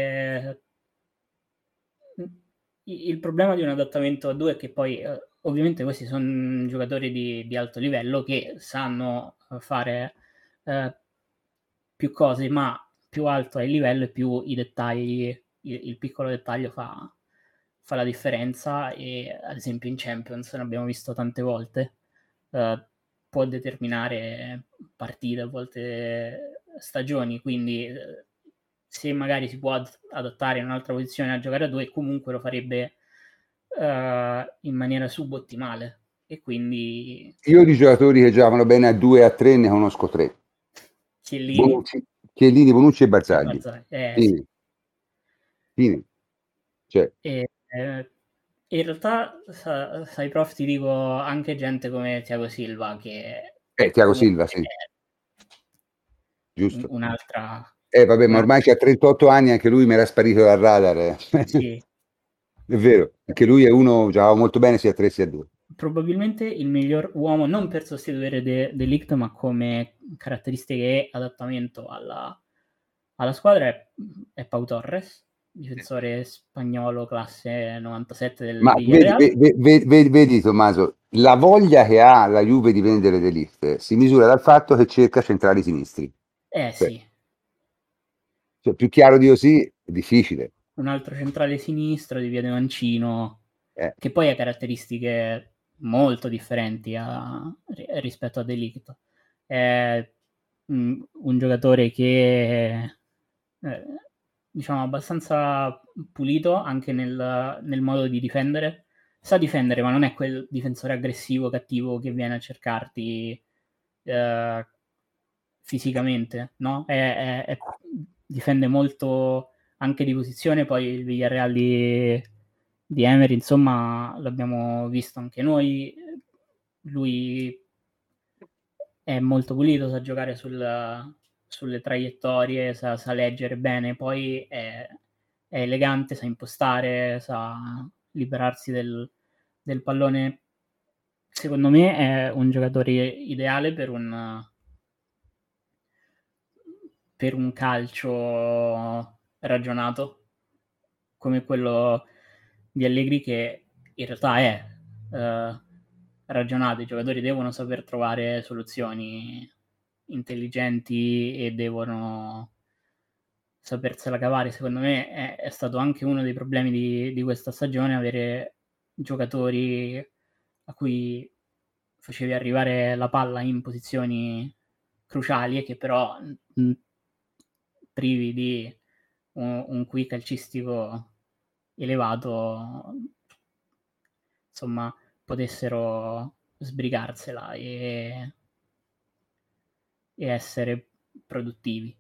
Il problema di un adattamento a 2 è che poi ovviamente questi sono giocatori di alto livello che sanno fare più cose, ma più alto è il livello e più i dettagli, il piccolo dettaglio fa la differenza, e ad esempio in Champions, ne abbiamo visto tante volte, può determinare partite, a volte stagioni, quindi se magari si può adattare in un'altra posizione a giocare a 2, comunque lo farebbe in maniera subottimale, e quindi io di giocatori che giocavano bene a 2 e a 3 ne conosco 3: Chiellini, Bonucci e Barzagli. Sì. Fine. Cioè. In realtà, sai prof, ti dico anche gente come Thiago Silva, che Thiago Silva, sì. Giusto. Un'altra... vabbè, ma ormai c'ha 38 anni, anche lui mi era sparito dal radar. Sì. È vero, anche lui è uno, giocava molto bene sia a 3 sia a 2. Probabilmente il miglior uomo, non per sostituire De Ligt, ma come caratteristiche e adattamento alla squadra, è Pau Torres, difensore spagnolo classe 97 del Ma Villarreal. vedi Tommaso, la voglia che ha la Juve di vendere De Ligt si misura dal fatto che cerca centrali sinistri. Sì, Cioè, più chiaro di così è difficile. un altro centrale sinistro di piede mancino, Eh. che poi ha caratteristiche molto differenti rispetto a De Ligt. È un giocatore che diciamo abbastanza pulito anche nel modo di difendere. Sa difendere, ma non è quel difensore aggressivo, cattivo che viene a cercarti fisicamente, no? Difende molto anche di posizione, poi il Villarreal di Emery, insomma, l'abbiamo visto anche noi. Lui è molto pulito, sa giocare sulle traiettorie, sa leggere bene, poi è elegante, sa impostare, sa liberarsi del pallone. Secondo me è un giocatore ideale per un calcio ragionato come quello di Allegri, che in realtà è ragionato. I giocatori devono saper trovare soluzioni intelligenti e devono sapersela cavare. Secondo me è stato anche uno dei problemi di questa stagione avere giocatori a cui facevi arrivare la palla in posizioni cruciali e che però privi di un QI calcistico elevato, insomma, potessero sbrigarsela e essere produttivi.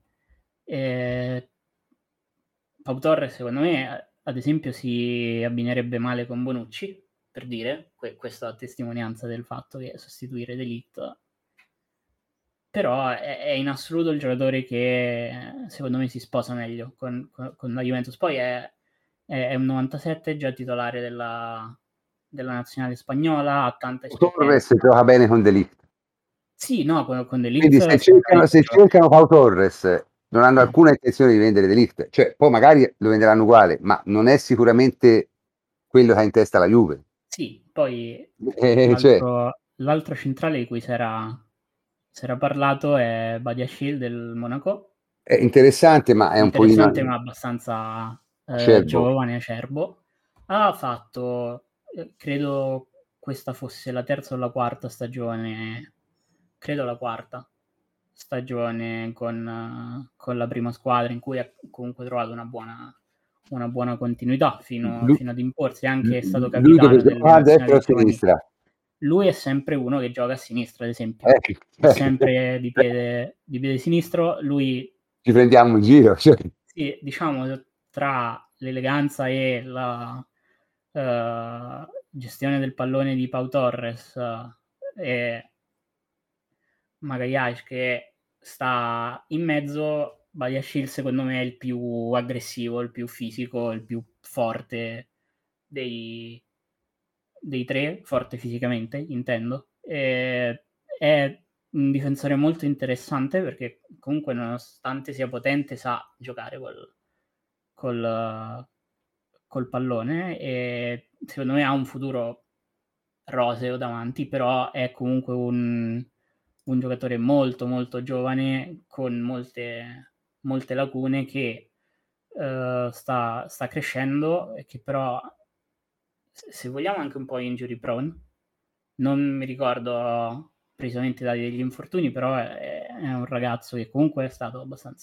Pau Torres, secondo me, ad esempio, si abbinerebbe male con Bonucci, per dire, questa a testimonianza del fatto che sostituire De Ligt, però è in assoluto il giocatore che secondo me si sposa meglio con la Juventus. Poi è un 97, già titolare della nazionale spagnola, ha tanta esperienza. Torres gioca bene con De Ligt. Sì, no, con De Quindi Ligt se cercano Pau Torres non hanno alcuna intenzione di vendere De Ligt, cioè poi magari lo venderanno uguale, ma non è sicuramente quello che ha in testa la Juve. Sì, poi cioè, l'altro centrale di cui si era parlato è Badiashile del Monaco. è interessante, ma è un po' ma abbastanza giovane, acerbo. Ha fatto, credo questa fosse la terza o la quarta stagione, credo la quarta stagione con la prima squadra, in cui ha comunque trovato una buona continuità fino ad imporsi. Anche è stato capitano delle nazionali giovanili. Lui è sempre uno che gioca a sinistra, ad esempio. È sempre di piede sinistro. Lui ci prendiamo in giro. Cioè. Sì, diciamo, tra l'eleganza e la gestione del pallone di Pau Torres e Magalhaes che sta in mezzo, Badiashile secondo me è il più aggressivo, il più fisico, il più forte dei tre, forte fisicamente, intendo. È un difensore molto interessante perché comunque, nonostante sia potente, sa giocare col pallone e secondo me ha un futuro roseo davanti, però è comunque un giocatore molto molto giovane con molte lacune, che sta crescendo e che però, se vogliamo, anche un po' injury prone. Non mi ricordo precisamente i dati degli infortuni, però è un ragazzo che comunque è stato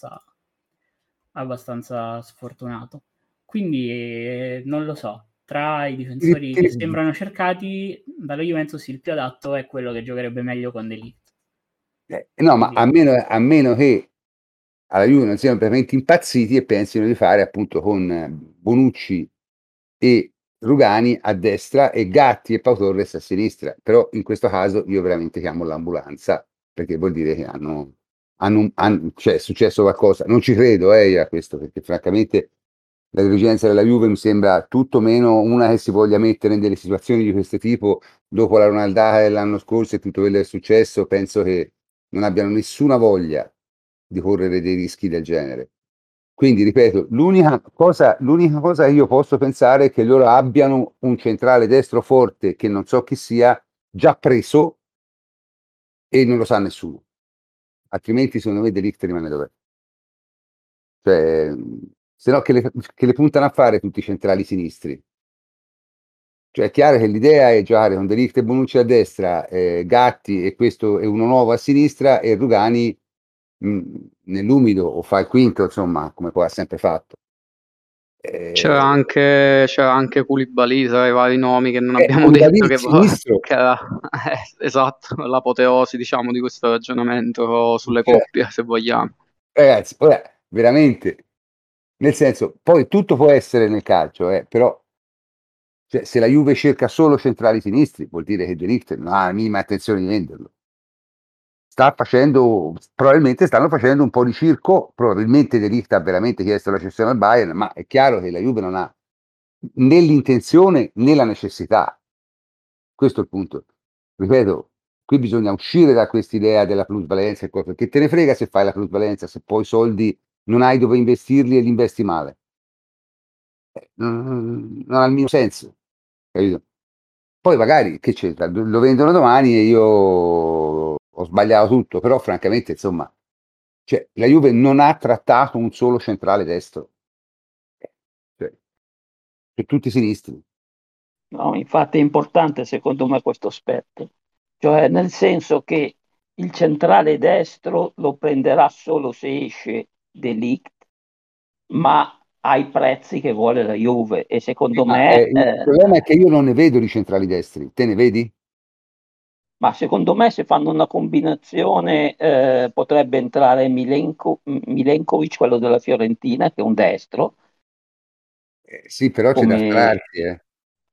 abbastanza sfortunato. Quindi non lo so, tra i difensori che sembrano cercati dalla Juventus il più adatto è quello che giocherebbe meglio con De Ligt. No, ma a meno che alla Juve non siano veramente impazziti e pensino di fare appunto con Bonucci e Rugani a destra e Gatti e Pau Torres a sinistra. Però in questo caso io veramente chiamo l'ambulanza, perché vuol dire che cioè è successo qualcosa. Non ci credo a questo, perché francamente la dirigenza della Juve mi sembra tutto meno una che si voglia mettere in delle situazioni di questo tipo. Dopo la Ronaldata dell'anno scorso e tutto quello che è successo, penso che non abbiano nessuna voglia di correre dei rischi del genere. Quindi, ripeto, l'unica cosa che io posso pensare è che loro abbiano un centrale destro forte, che non so chi sia, già preso e non lo sa nessuno. Altrimenti, secondo me, De Ligt rimane dov'è. Cioè, se no, che le puntano a fare tutti i centrali sinistri. Cioè, è chiaro che l'idea è giocare con De Ligt e Bonucci a destra, Gatti e questo e uno nuovo a sinistra e Rugani nell'umido o fa il quinto, insomma, come poi ha sempre fatto. C'era anche Koulibaly tra i vari nomi che non abbiamo Koulibaly detto, sinistro. che era esatto, l'apoteosi, diciamo, di questo ragionamento sulle Cioè, coppie, se vogliamo. ragazzi, ora, veramente, nel senso, poi tutto può essere nel calcio, però cioè, se la Juve cerca solo centrali sinistri, vuol dire che De Ligt non ha la minima attenzione di venderlo. Probabilmente stanno facendo un po' di circo, probabilmente De Ligt ha veramente chiesto la cessione al Bayern, ma è chiaro che la Juve non ha né l'intenzione né la necessità. Questo è il punto. Ripeto, qui bisogna uscire da quest'idea della plusvalenza e cose, che te ne frega se fai la plusvalenza, se poi i soldi non hai dove investirli e li investi male. Non ha il mio senso, capito? Poi magari, che c'entra, lo vendono domani e io ho sbagliato tutto, però francamente, insomma, cioè, la Juve non ha trattato un solo centrale destro, cioè, sono tutti sinistri. No, infatti è importante secondo me questo aspetto, cioè nel senso che il centrale destro lo prenderà solo se esce De Ligt, ma ai prezzi che vuole la Juve e secondo Ma me, il problema è che io non ne vedo di centrali destri, te ne vedi? ma secondo me se fanno una combinazione potrebbe entrare Milenkovic, quello della Fiorentina, che è un destro, Sì, però c'è da come starci.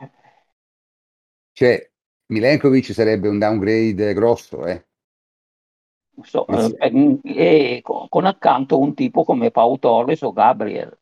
Cioè, Milenkovic sarebbe un downgrade grosso, so, Nel sen- e con accanto un tipo come Pau Torres o Gabriel.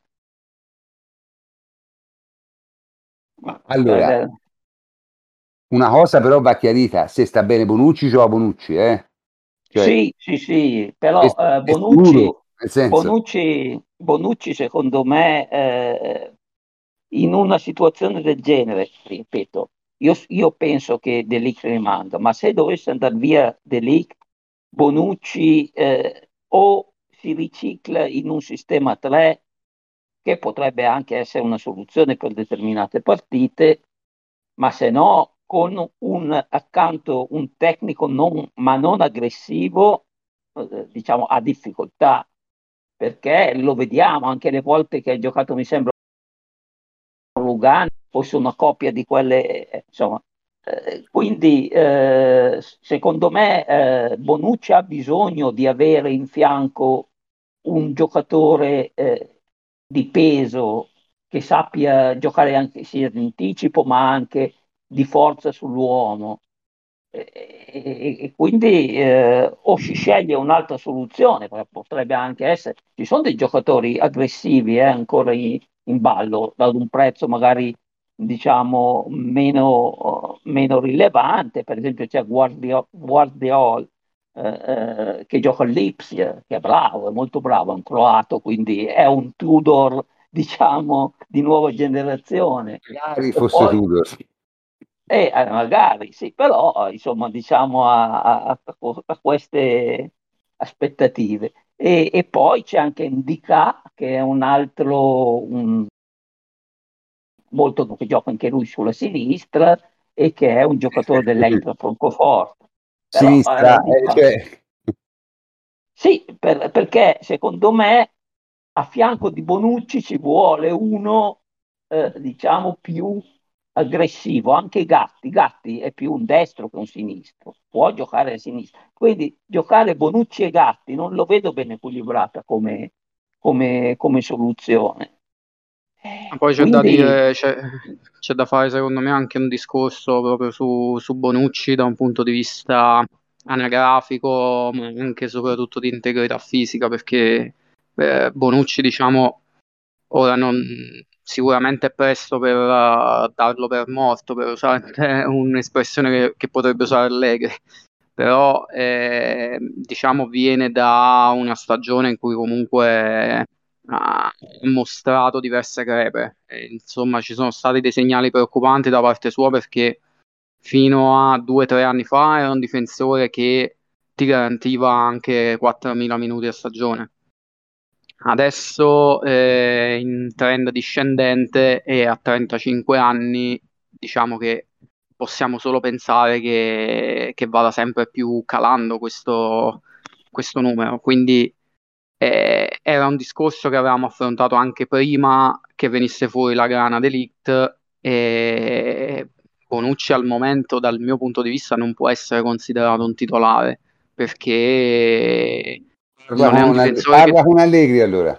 Ma Cioè, allora, una cosa però va chiarita, se sta bene Bonucci, gioca Bonucci, Cioè, sì, sì, sì, però è sicuro, nel senso, Bonucci secondo me in una situazione del genere, ripeto, io penso che De Ligt rimanga, ma se dovesse andare via De Ligt, Bonucci o si ricicla in un sistema a 3, che potrebbe anche essere una soluzione per determinate partite, ma se no con accanto un tecnico ma non aggressivo, diciamo, ha difficoltà, perché lo vediamo anche le volte che ha giocato, mi sembra, Lugano, fosse una coppia di quelle, insomma. Quindi secondo me Bonucci ha bisogno di avere in fianco un giocatore di peso che sappia giocare anche sia in anticipo ma anche di forza sull'uomo. E quindi o si sceglie un'altra soluzione, potrebbe anche essere, ci sono dei giocatori aggressivi ancora in ballo, ad un prezzo magari diciamo meno rilevante, per esempio c'è Guardiol che gioca all'Ipsia, che è bravo, è molto bravo, è un croato, quindi è un Tudor diciamo di nuova generazione. magari E fosse poi Tudor. magari sì, però insomma diciamo a queste aspettative. E poi c'è anche Ndicà che è un altro molto che gioca anche lui sulla sinistra e che è un giocatore dell'Eintra Francoforte. Però Sinistra, diciamo, cioè, sì, perché secondo me a fianco di Bonucci ci vuole uno, diciamo, più aggressivo. Anche Gatti è più un destro che un sinistro, può giocare a sinistra. Quindi giocare Bonucci e Gatti non lo vedo ben equilibrata come soluzione. Poi c'è da Quindi dire, c'è da fare secondo me anche un discorso proprio su Bonucci da un punto di vista anagrafico, ma anche e soprattutto di integrità fisica, perché Bonucci, diciamo, ora non, sicuramente è presto per darlo per morto, per usare un'espressione che potrebbe usare Allegri, però diciamo viene da una stagione in cui comunque ha mostrato diverse crepe. Insomma, ci sono stati dei segnali preoccupanti da parte sua, perché fino a 2 o 3 anni fa era un difensore che ti garantiva anche 4.000 minuti a stagione. Adesso in trend discendente, e a 35 anni diciamo che possiamo solo pensare che vada sempre più calando questo numero. Quindi era un discorso che avevamo affrontato anche prima che venisse fuori la Grana Delict, e Bonucci al momento, dal mio punto di vista, non può essere considerato un titolare, perché non è un difensore Parla con Allegri allora.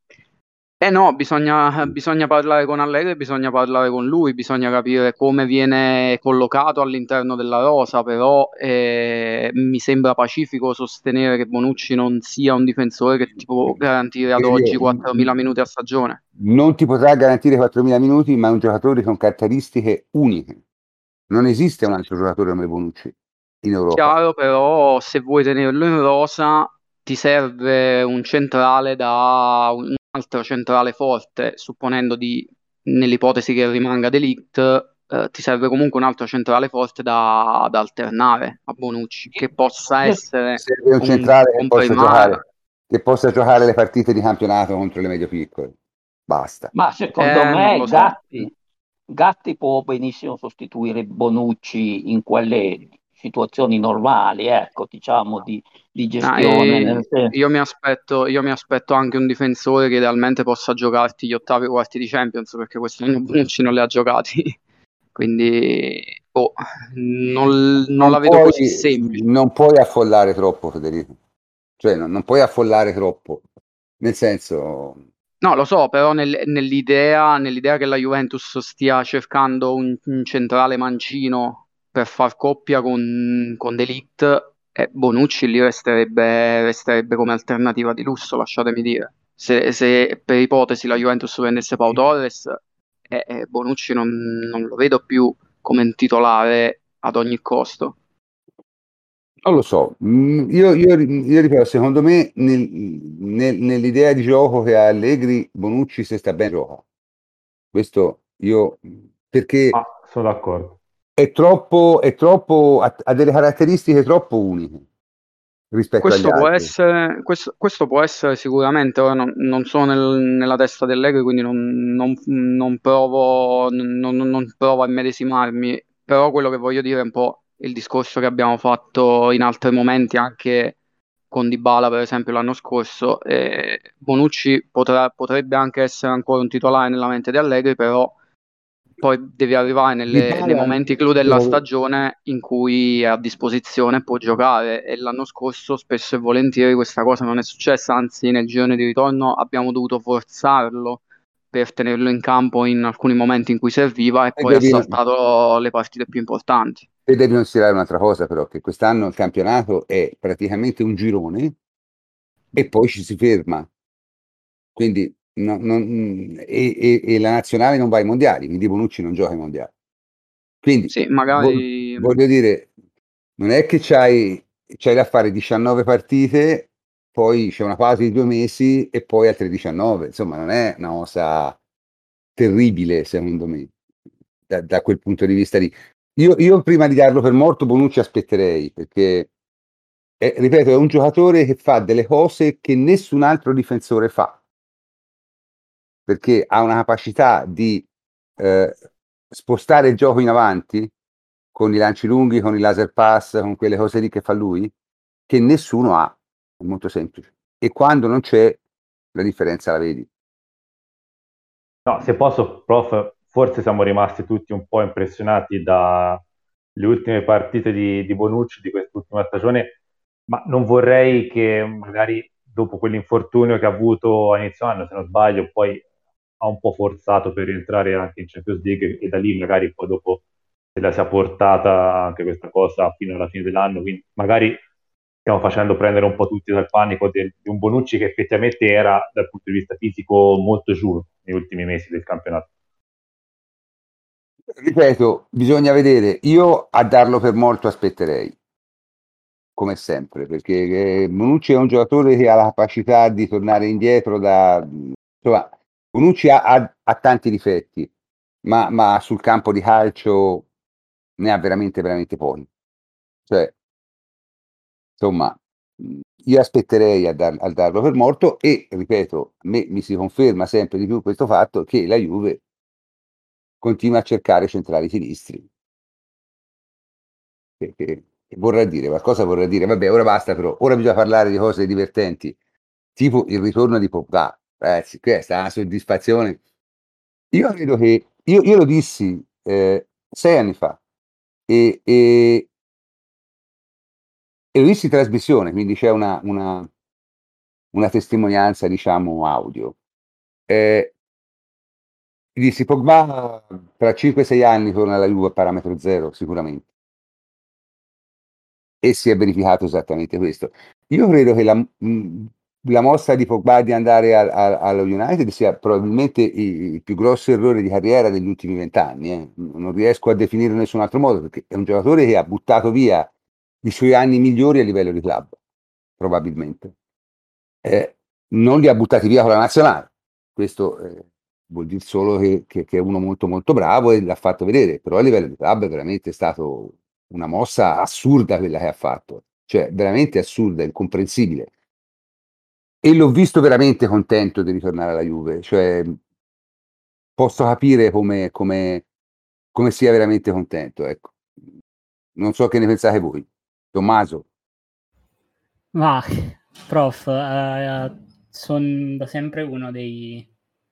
No, bisogna parlare con Allegri, bisogna parlare con lui, bisogna capire come viene collocato all'interno della rosa, però mi sembra pacifico sostenere che Bonucci non sia un difensore che ti può garantire ad oggi 4.000 minuti a stagione. Non ti potrà garantire 4.000 minuti, ma è un giocatore con caratteristiche uniche. Non esiste un altro giocatore come Bonucci in Europa. Chiaro, però se vuoi tenerlo in rosa ti serve un centrale, da un altro centrale forte, supponendo nell'ipotesi che rimanga De Ligt, ti serve comunque un altro centrale forte da alternare a Bonucci, che possa essere Serve un centrale che possa giocare le partite di campionato contro le medio piccole. Basta. Ma secondo non me lo so. Gatti può benissimo sostituire Bonucci in quelle situazioni normali, ecco, diciamo, di gestione. Io mi aspetto anche un difensore che idealmente possa giocarti gli ottavi e quarti di Champions, perché quest'anno Bonucci non li ha giocati. Quindi non la vedo così semplice. Non puoi affollare troppo, Federico. Cioè, non puoi affollare troppo. Nel senso... No, lo so, però nell'idea che la Juventus stia cercando un centrale mancino per far coppia con De Ligt, Bonucci lì resterebbe come alternativa di lusso, lasciatemi dire. Se per ipotesi la Juventus prendesse Pau Torres, Bonucci non lo vedo più come un titolare ad ogni costo. Non lo so, io ripeto, secondo me nell'idea di gioco che ha Allegri, Bonucci se sta bene gioca. Questo perché sono d'accordo. È troppo ha delle caratteristiche troppo uniche rispetto agli altri. Questo può essere sicuramente. Ora non sono nella testa dell'Allegri, quindi non provo a immedesimarmi, però quello che voglio dire è un po' il discorso che abbiamo fatto in altri momenti anche con Dybala, per esempio l'anno scorso. Bonucci potrebbe anche essere ancora un titolare nella mente di Allegri, però poi devi arrivare nei momenti clou della stagione in cui è a disposizione, può giocare, e l'anno scorso spesso e volentieri questa cosa non è successa, anzi nel girone di ritorno abbiamo dovuto forzarlo per tenerlo in campo in alcuni momenti in cui serviva, e poi ha saltato le partite più importanti. E devi considerare un'altra cosa però, che quest'anno il campionato è praticamente un girone e poi ci si ferma, quindi e la nazionale non va ai mondiali, quindi Bonucci non gioca ai mondiali. Quindi sì, magari voglio dire, non è che c'hai da fare 19 partite, poi c'è una pausa di 2 mesi e poi altre 19, insomma non è una cosa terribile secondo me da quel punto di vista lì. Io prima di darlo per morto Bonucci aspetterei, perché ripeto, è un giocatore che fa delle cose che nessun altro difensore fa, perché ha una capacità di spostare il gioco in avanti con i lanci lunghi, con i laser pass, con quelle cose lì che fa lui, che nessuno ha. È molto semplice. E quando non c'è, la differenza la vedi. No, se posso, prof, forse siamo rimasti tutti un po' impressionati dalle ultime partite di Bonucci di quest'ultima stagione, ma non vorrei che magari dopo quell'infortunio che ha avuto a inizio anno, se non sbaglio, poi ha un po' forzato per rientrare anche in Champions League, e da lì magari poi dopo se la sia portata anche questa cosa fino alla fine dell'anno, quindi magari stiamo facendo prendere un po' tutti dal panico di un Bonucci che effettivamente era dal punto di vista fisico molto giù negli ultimi mesi del campionato. Ripeto, bisogna vedere. Io a darlo per morto aspetterei, come sempre, perché Bonucci è un giocatore che ha la capacità di tornare indietro da insomma, Bonucci ha tanti difetti, ma sul campo di calcio ne ha veramente, veramente pochi. Cioè, insomma, io aspetterei a darlo per morto e, ripeto, a me mi si conferma sempre di più questo fatto che la Juve continua a cercare centrali sinistri. Che vorrà dire, qualcosa vorrà dire. Vabbè, ora basta però, ora bisogna parlare di cose divertenti, tipo il ritorno di Pogba. Ragazzi, questa è una soddisfazione. Io credo che, io lo dissi 6 anni fa e lo dissi in trasmissione, quindi c'è una testimonianza, diciamo, audio. Dissi Pogba tra 5-6 anni torna alla Juve a parametro zero, sicuramente. E si è verificato esattamente questo. Io credo che la mossa di Pogba di andare allo United sia probabilmente il più grosso errore di carriera degli ultimi 20 anni. Non riesco a definirlo in nessun altro modo, perché è un giocatore che ha buttato via i suoi anni migliori a livello di club, probabilmente. Non li ha buttati via con la nazionale. Questo vuol dire solo che è uno molto molto bravo e l'ha fatto vedere, però a livello di club è veramente stato una mossa assurda quella che ha fatto, cioè veramente assurda, incomprensibile. E l'ho visto veramente contento di ritornare alla Juve, cioè posso capire come sia veramente contento, ecco. Non so che ne pensate voi. Tommaso. Ma, prof, sono da sempre uno dei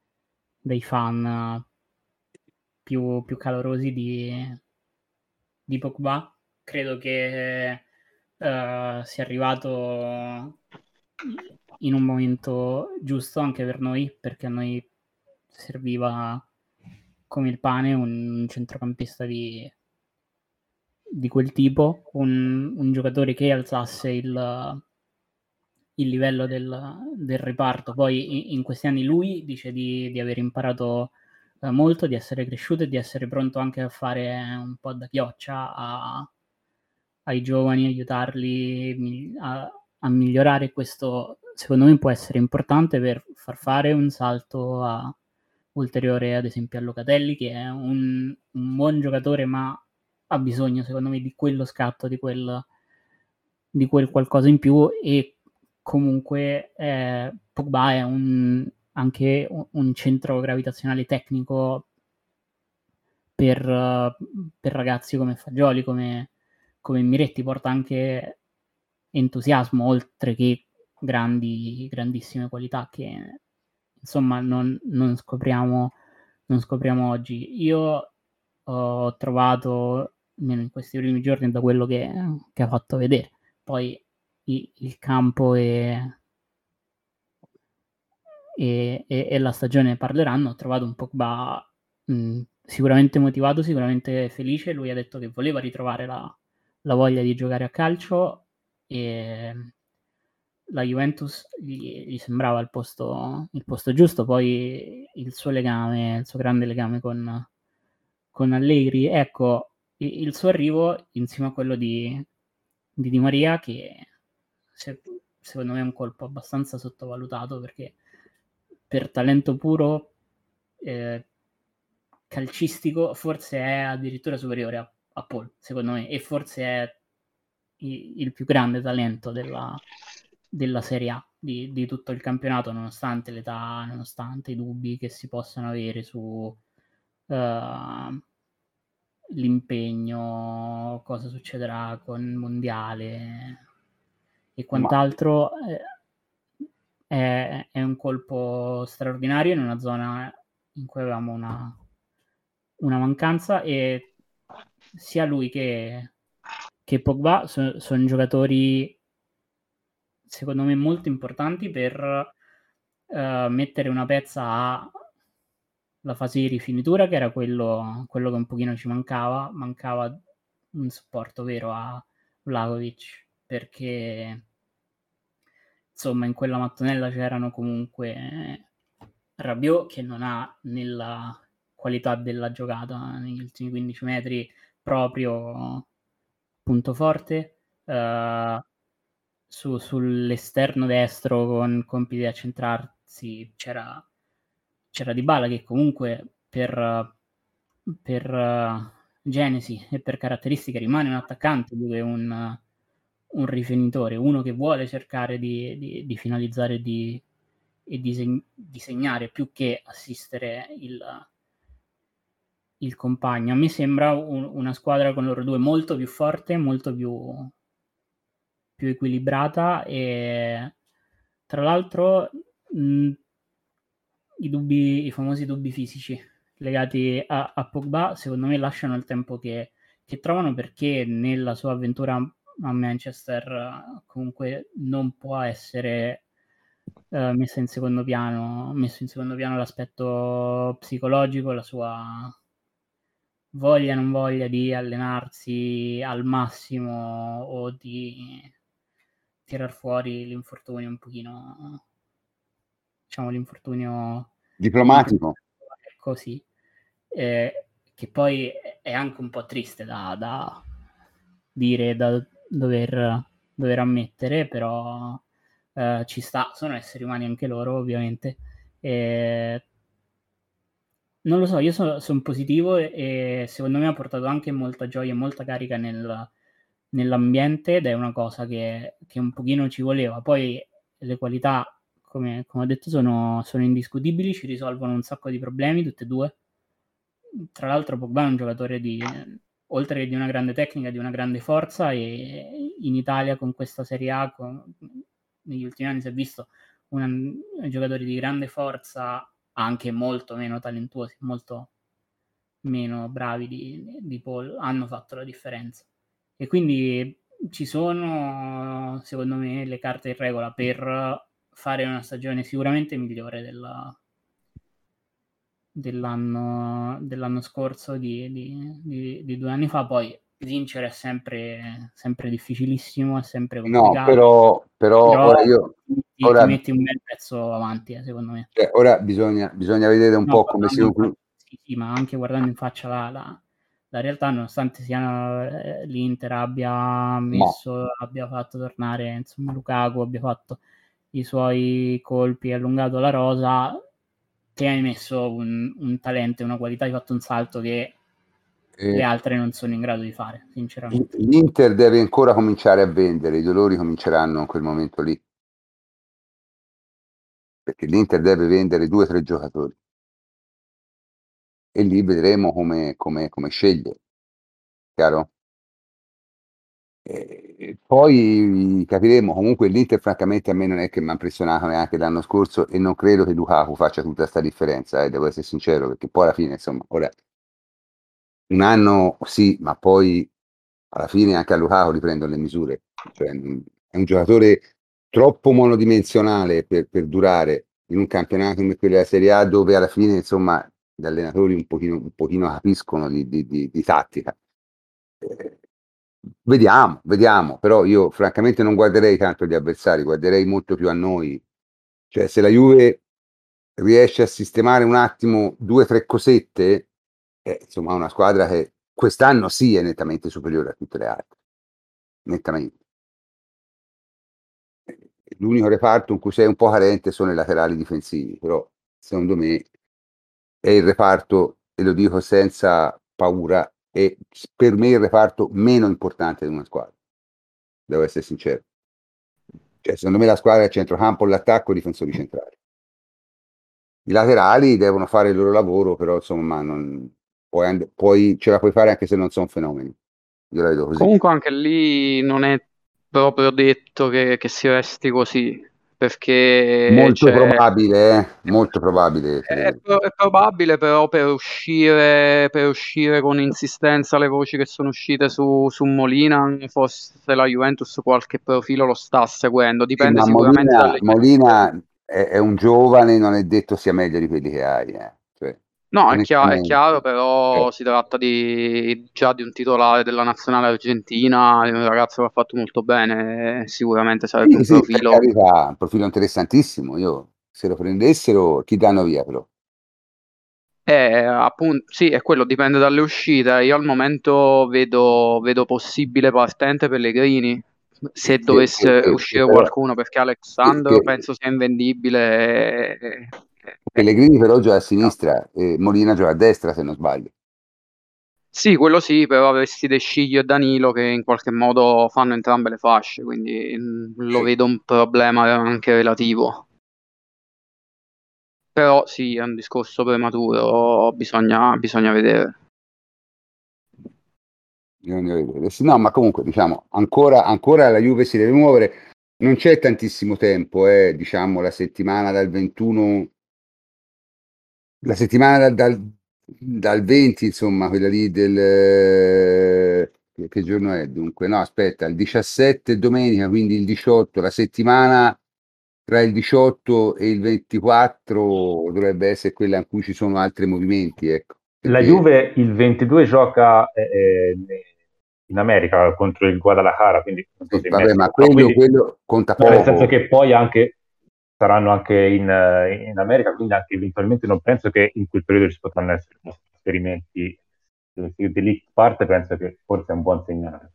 fan più calorosi di Pogba. Credo che sia arrivato in un momento giusto anche per noi, perché a noi serviva come il pane un centrocampista di quel tipo, un giocatore che alzasse il livello del reparto. Poi in questi anni lui dice di aver imparato molto, di essere cresciuto e di essere pronto anche a fare un po' da chioccia ai giovani, aiutarli a migliorare. Questo secondo me può essere importante per far fare un salto ulteriore ad esempio a Locatelli, che è un buon giocatore, ma ha bisogno secondo me di quello scatto, di quel qualcosa in più. E comunque Pogba è anche un centro gravitazionale tecnico per ragazzi come Fagioli, come Miretti. Porta anche entusiasmo, oltre che grandissime qualità che insomma non scopriamo oggi. Io ho trovato, almeno in questi primi giorni, da quello che ha fatto vedere, poi il campo e la stagione parleranno. Ho trovato un Pogba sicuramente motivato, sicuramente felice. Lui ha detto che voleva ritrovare la voglia di giocare a calcio e la Juventus gli sembrava il posto giusto. Poi il suo grande legame con Allegri, ecco, il suo arrivo insieme a quello di Di Maria, che secondo me è un colpo abbastanza sottovalutato, perché per talento puro calcistico forse è addirittura superiore a Paul, secondo me, e forse è il più grande talento della Serie A, di tutto il campionato, nonostante l'età, nonostante i dubbi che si possano avere su l'impegno, cosa succederà con il mondiale e quant'altro. È un colpo straordinario in una zona in cui avevamo una mancanza, e sia lui che Pogba sono giocatori secondo me molto importanti per mettere una pezza alla fase di rifinitura, che era quello che un pochino ci mancava un supporto vero a Vlahovic, perché insomma in quella mattonella c'erano comunque Rabiot, che non ha nella qualità della giocata negli ultimi 15 metri proprio punto forte, sull'esterno destro con compiti a centrarsi c'era c'era Dybala che comunque per genesi e per caratteristiche rimane un attaccante, lui è un rifinitore, uno che vuole cercare di finalizzare e di segnare più che assistere il compagno. A me sembra una squadra con loro due molto più forte, molto più equilibrata, e tra l'altro i famosi dubbi fisici legati a Pogba secondo me lasciano il tempo che trovano, perché nella sua avventura a Manchester comunque non può essere messo in secondo piano l'aspetto psicologico, la sua voglia non voglia di allenarsi al massimo o di tirar fuori l'infortunio un pochino, diciamo l'infortunio Diplomatico. così, che poi è anche un po' triste da dire, da dover ammettere, però ci sta, sono esseri umani anche loro ovviamente. Non lo so, io sono positivo e secondo me ha portato anche molta gioia e molta carica nell'ambiente, ed è una cosa che un pochino ci voleva. Poi le qualità, come ho detto, sono indiscutibili, ci risolvono un sacco di problemi tutte e due. Tra l'altro Pogba è un giocatore oltre che di una grande tecnica, di una grande forza, e in Italia con questa Serie A negli ultimi anni si è visto un giocatore di grande forza, anche molto meno talentuosi, molto meno bravi di Paul, hanno fatto la differenza. E quindi ci sono, secondo me, le carte in regola per fare una stagione sicuramente migliore dell'anno scorso, di 2 anni fa. Poi vincere è sempre difficilissimo, è sempre No, complicato, però ora io ti metti un bel pezzo avanti, secondo me. ora bisogna vedere un po' come si conclude. Sì, ma anche guardando in faccia la realtà, nonostante l'Inter abbia fatto tornare, insomma, Lukaku, abbia fatto i suoi colpi e allungato la rosa, te hai messo un talento e una qualità, hai fatto un salto che le altre non sono in grado di fare, sinceramente. L'Inter deve ancora cominciare a vendere, i dolori cominceranno in quel momento lì, perché l'Inter deve vendere 2 o 3 giocatori e lì vedremo come sceglie, chiaro? Poi capiremo. Comunque l'Inter francamente a me non è che mi ha impressionato neanche l'anno scorso, e non credo che Lukaku faccia tutta questa differenza, devo essere sincero, perché poi alla fine, insomma, ora un anno sì, ma poi alla fine anche a Lukaku riprendono le misure, cioè, è un giocatore troppo monodimensionale per durare in un campionato come quello della Serie A, dove alla fine, insomma, gli allenatori un pochino capiscono di tattica. Vediamo, però io francamente non guarderei tanto gli avversari, guarderei molto più a noi. Cioè, se la Juve riesce a sistemare un attimo 2 o 3 cosette, insomma, è una squadra che quest'anno sì è nettamente superiore a tutte le altre, nettamente. L'unico reparto in cui sei un po' carente sono i laterali difensivi, però secondo me è il reparto, e lo dico senza paura, è per me il reparto meno importante di una squadra, devo essere sincero. Cioè, secondo me la squadra è centrocampo, l'attacco e i difensori centrali. I laterali devono fare il loro lavoro, però insomma poi ce la puoi fare anche se non sono fenomeni. Io la vedo così. Comunque anche lì non è proprio detto che si resti così, perché Molto probabile, molto probabile. è probabile, però per uscire con insistenza le voci che sono uscite su Molina, forse la Juventus qualche profilo lo sta seguendo, dipende ma sicuramente dalle Molina è un giovane, non è detto sia meglio di quelli che hai. Cioè, No, è onestamente, chiaro, però si tratta già di un titolare della nazionale argentina, di un ragazzo che ha fatto molto bene, sicuramente sarebbe un sì, per profilo. carità, un profilo interessantissimo. Io, se lo prendessero, chi danno via però? Appunto, sì, è quello, dipende dalle uscite. Io al momento vedo possibile partente Pellegrini, se dovesse uscire Però, qualcuno, perché Alexandro penso sia invendibile. Pellegrini però gioca a sinistra e Molina gioca a destra, se non sbaglio. Sì, quello sì, però avresti De Sciglio e Danilo che in qualche modo fanno entrambe le fasce, quindi lo vedo un problema anche relativo. Però sì, è un discorso prematuro, bisogna vedere. Bisogna vedere. Sì, no, ma comunque diciamo ancora la Juve si deve muovere. Non c'è tantissimo tempo, diciamo la settimana dal 21, la settimana dal 20, insomma, quella lì che giorno è dunque? No, aspetta, il 17 è domenica, quindi il 18, la settimana tra il 18 e il 24 dovrebbe essere quella in cui ci sono altri movimenti, ecco. La Perché, Juve il 22 gioca in America contro il Guadalajara, quindi non so se in vabbè, ma Messico, però quello conta no, nel senso poco. che poi saranno anche in America, quindi anche eventualmente non penso che in quel periodo ci potranno essere trasferimenti. Se di lì parte penso che forse è un buon segnale.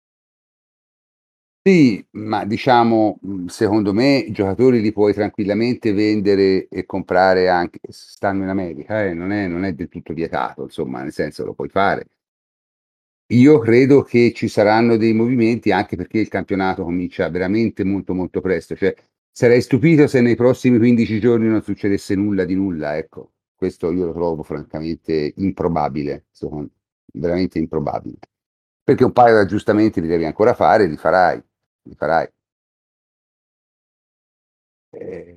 Sì, ma diciamo, secondo me i giocatori li puoi tranquillamente vendere e comprare anche stanno in America, non è del tutto vietato, insomma, nel senso lo puoi fare. Io credo che ci saranno dei movimenti anche perché il campionato comincia veramente molto molto presto, cioè sarei stupito se nei prossimi 15 giorni non succedesse nulla di nulla, ecco. Questo io lo trovo francamente improbabile, veramente improbabile. Perché un paio di aggiustamenti li devi ancora fare, li farai. Eh,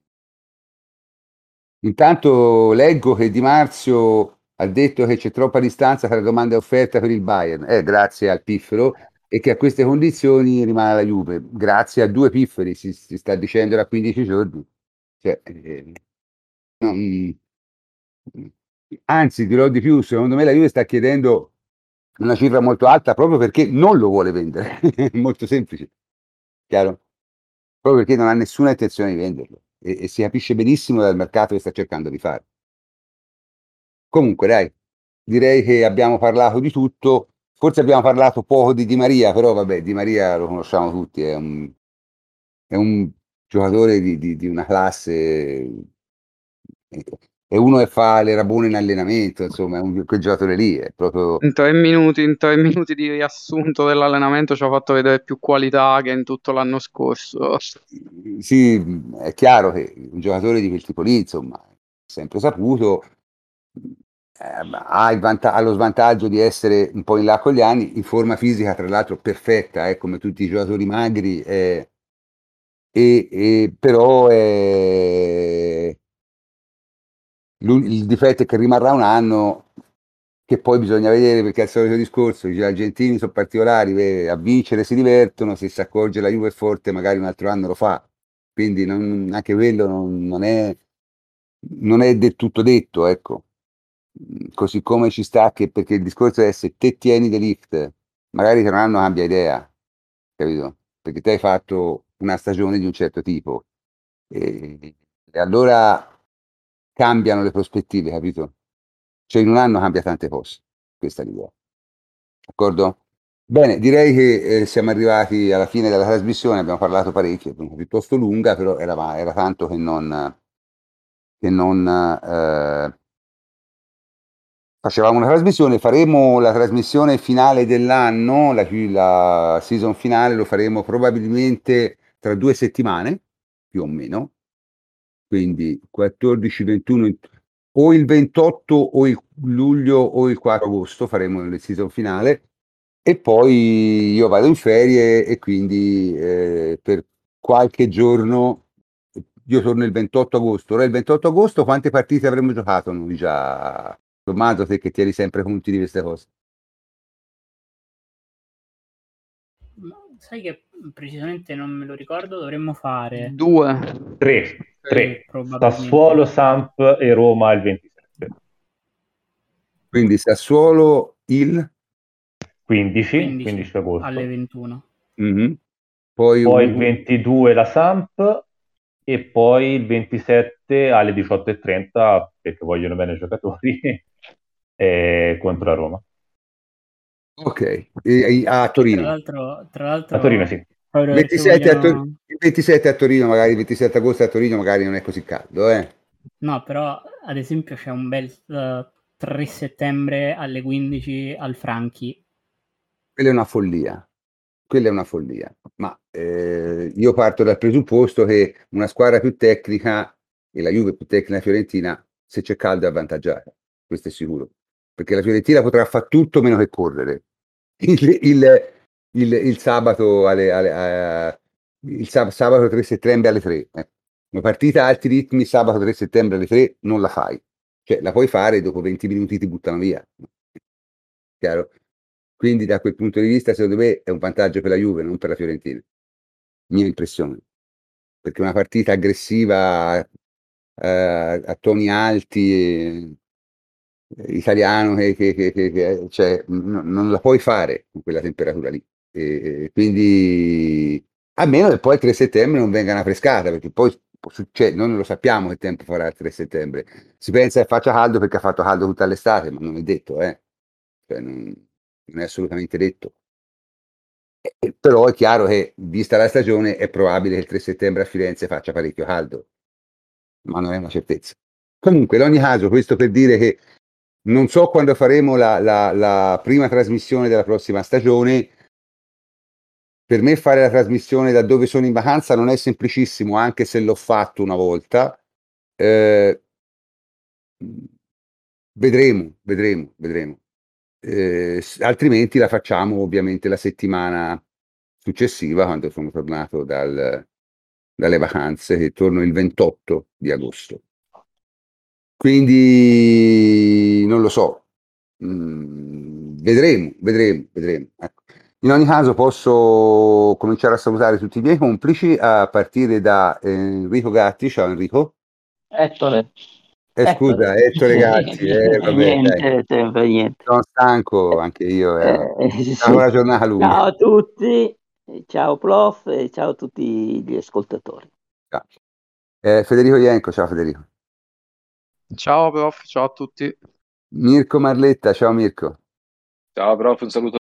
Intanto leggo che Di Marzio ha detto che c'è troppa distanza tra domanda e offerta per il Bayern, grazie al piffero, e che a queste condizioni rimane la Juve. Grazie a due pifferi, si sta dicendo da 15 giorni. Cioè, non- anzi, dirò di più, secondo me la Juve sta chiedendo una cifra molto alta proprio perché non lo vuole vendere. Molto semplice, chiaro? Proprio perché non ha nessuna intenzione di venderlo e si capisce benissimo dal mercato che sta cercando di fare. Comunque, dai, direi che abbiamo parlato di tutto. Forse abbiamo parlato poco di Di Maria, però vabbè, Di Maria lo conosciamo tutti, è un giocatore di una classe, è uno che fa le rabone in allenamento, insomma, quel giocatore lì è proprio. In 3 minuti di riassunto dell'allenamento ci ha fatto vedere più qualità che in tutto l'anno scorso. Sì, è chiaro che un giocatore di quel tipo lì, insomma, è sempre saputo, ha lo svantaggio di essere un po' in là con gli anni, in forma fisica tra l'altro perfetta, come tutti i giocatori magri, però il difetto è che rimarrà un anno che poi bisogna vedere perché è il solito discorso, gli argentini sono particolari, a vincere si divertono, se si accorge la Juve è forte magari un altro anno lo fa, quindi anche quello non è del tutto detto, ecco. Così come ci sta che perché il discorso è se te tieni De Ligt, magari tra un anno cambia idea, capito? Perché te hai fatto una stagione di un certo tipo e allora cambiano le prospettive, capito? Cioè in un anno cambia tante cose, questa è l'idea. D'accordo? Bene, direi che siamo arrivati alla fine della trasmissione, abbiamo parlato parecchio, piuttosto lunga, però era tanto che non facevamo una trasmissione, faremo la trasmissione finale dell'anno, la season finale lo faremo probabilmente tra 2 settimane, più o meno, quindi 14, 21, o il 28 o il luglio o il 4 agosto faremo il season finale e poi io vado in ferie e quindi per qualche giorno io torno il 28 agosto. Ora il 28 agosto quante partite avremmo giocato noi già? Tommaso, te che tieni sempre conti di queste cose. Sai che precisamente non me lo ricordo, dovremmo fare 2. 3. probabilmente. Sassuolo, Samp e Roma il 27. Quindi Sassuolo il 15 agosto. Alle 21. Poi il 22 la Samp e poi il 27 alle 18:30 perché vogliono bene i giocatori contro la Roma. ok, a Torino. Tra l'altro A Torino sì. proprio 27 vogliono... il 27 a Torino, magari il 27 agosto a Torino magari non è così caldo, No, però ad esempio c'è un bel 3 settembre alle 15 al Franchi. Quella è una follia, ma io parto dal presupposto che una squadra più tecnica, e la Juve più tecnica della Fiorentina, se c'è caldo è avvantaggiata, questo è sicuro, perché la Fiorentina potrà fare tutto meno che correre. Il sabato sabato 3 settembre alle 3. Una partita a alti ritmi sabato 3 settembre alle 3 non la fai. Cioè la puoi fare, dopo 20 minuti ti buttano via. Chiaro? Quindi da quel punto di vista secondo me è un vantaggio per la Juve, non per la Fiorentina. Mia impressione. Perché una partita aggressiva a toni alti, italiano cioè, non la puoi fare con quella temperatura lì. Quindi a meno che poi il 3 settembre non venga una frescata, perché poi succede, noi non lo sappiamo che tempo farà il 3 settembre. Si pensa che faccia caldo perché ha fatto caldo tutta l'estate, ma non è detto, Cioè, non è assolutamente detto. Però è chiaro che, vista la stagione, è probabile che il 3 settembre a Firenze faccia parecchio caldo, ma non è una certezza. Comunque, in ogni caso, questo per dire che non so quando faremo la prima trasmissione della prossima stagione. Per me fare la trasmissione da dove sono in vacanza non è semplicissimo, anche se l'ho fatto una volta. Vedremo. Altrimenti la facciamo ovviamente la settimana successiva, quando sono tornato dalle vacanze, che torno il 28 di agosto. Quindi non lo so. Vedremo. Ecco. In ogni caso posso cominciare a salutare tutti i miei complici, a partire da Enrico Gatti. Ciao Enrico. Ettore. Scusa, Ettore Gatti. Vabbè, Niente, sempre niente. Sono stanco anche io. Sì. Una giornata lunga. Ciao a tutti, ciao prof e ciao a tutti gli ascoltatori. Ciao. Federico Ienco, ciao Federico. Ciao prof, ciao a tutti. Mirko Marletta, ciao Mirko. Ciao prof, un saluto.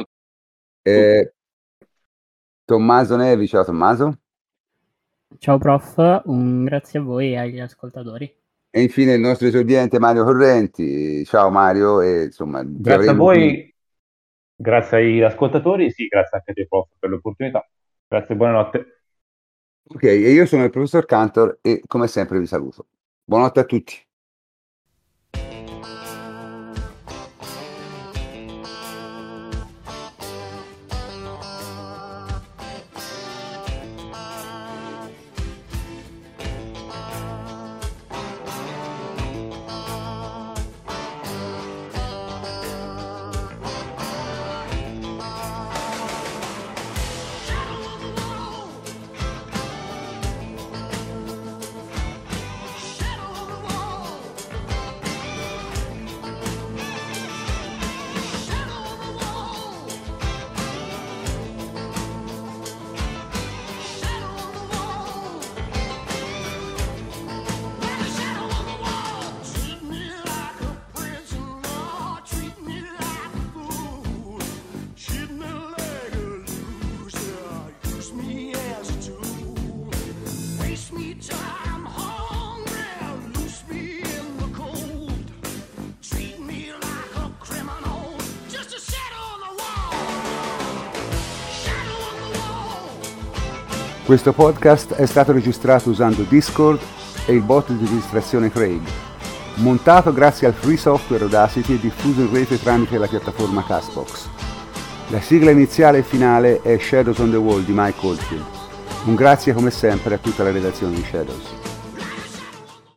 Tommaso Nevi, ciao Tommaso. Ciao prof, un grazie a voi e agli ascoltatori. E infine il nostro esordiente Mario Correnti. Ciao Mario. Insomma, grazie a voi, grazie agli ascoltatori, sì, grazie anche a te prof per l'opportunità. Grazie, buonanotte. Ok, e io sono il professor Cantor e come sempre vi saluto. Buonanotte a tutti. Questo podcast è stato registrato usando Discord e il bot di registrazione Craig, montato grazie al free software Audacity e diffuso in rete tramite la piattaforma Castbox. La sigla iniziale e finale è Shadows on the Wall di Mike Oldfield. Un grazie come sempre a tutta la redazione di Shadows.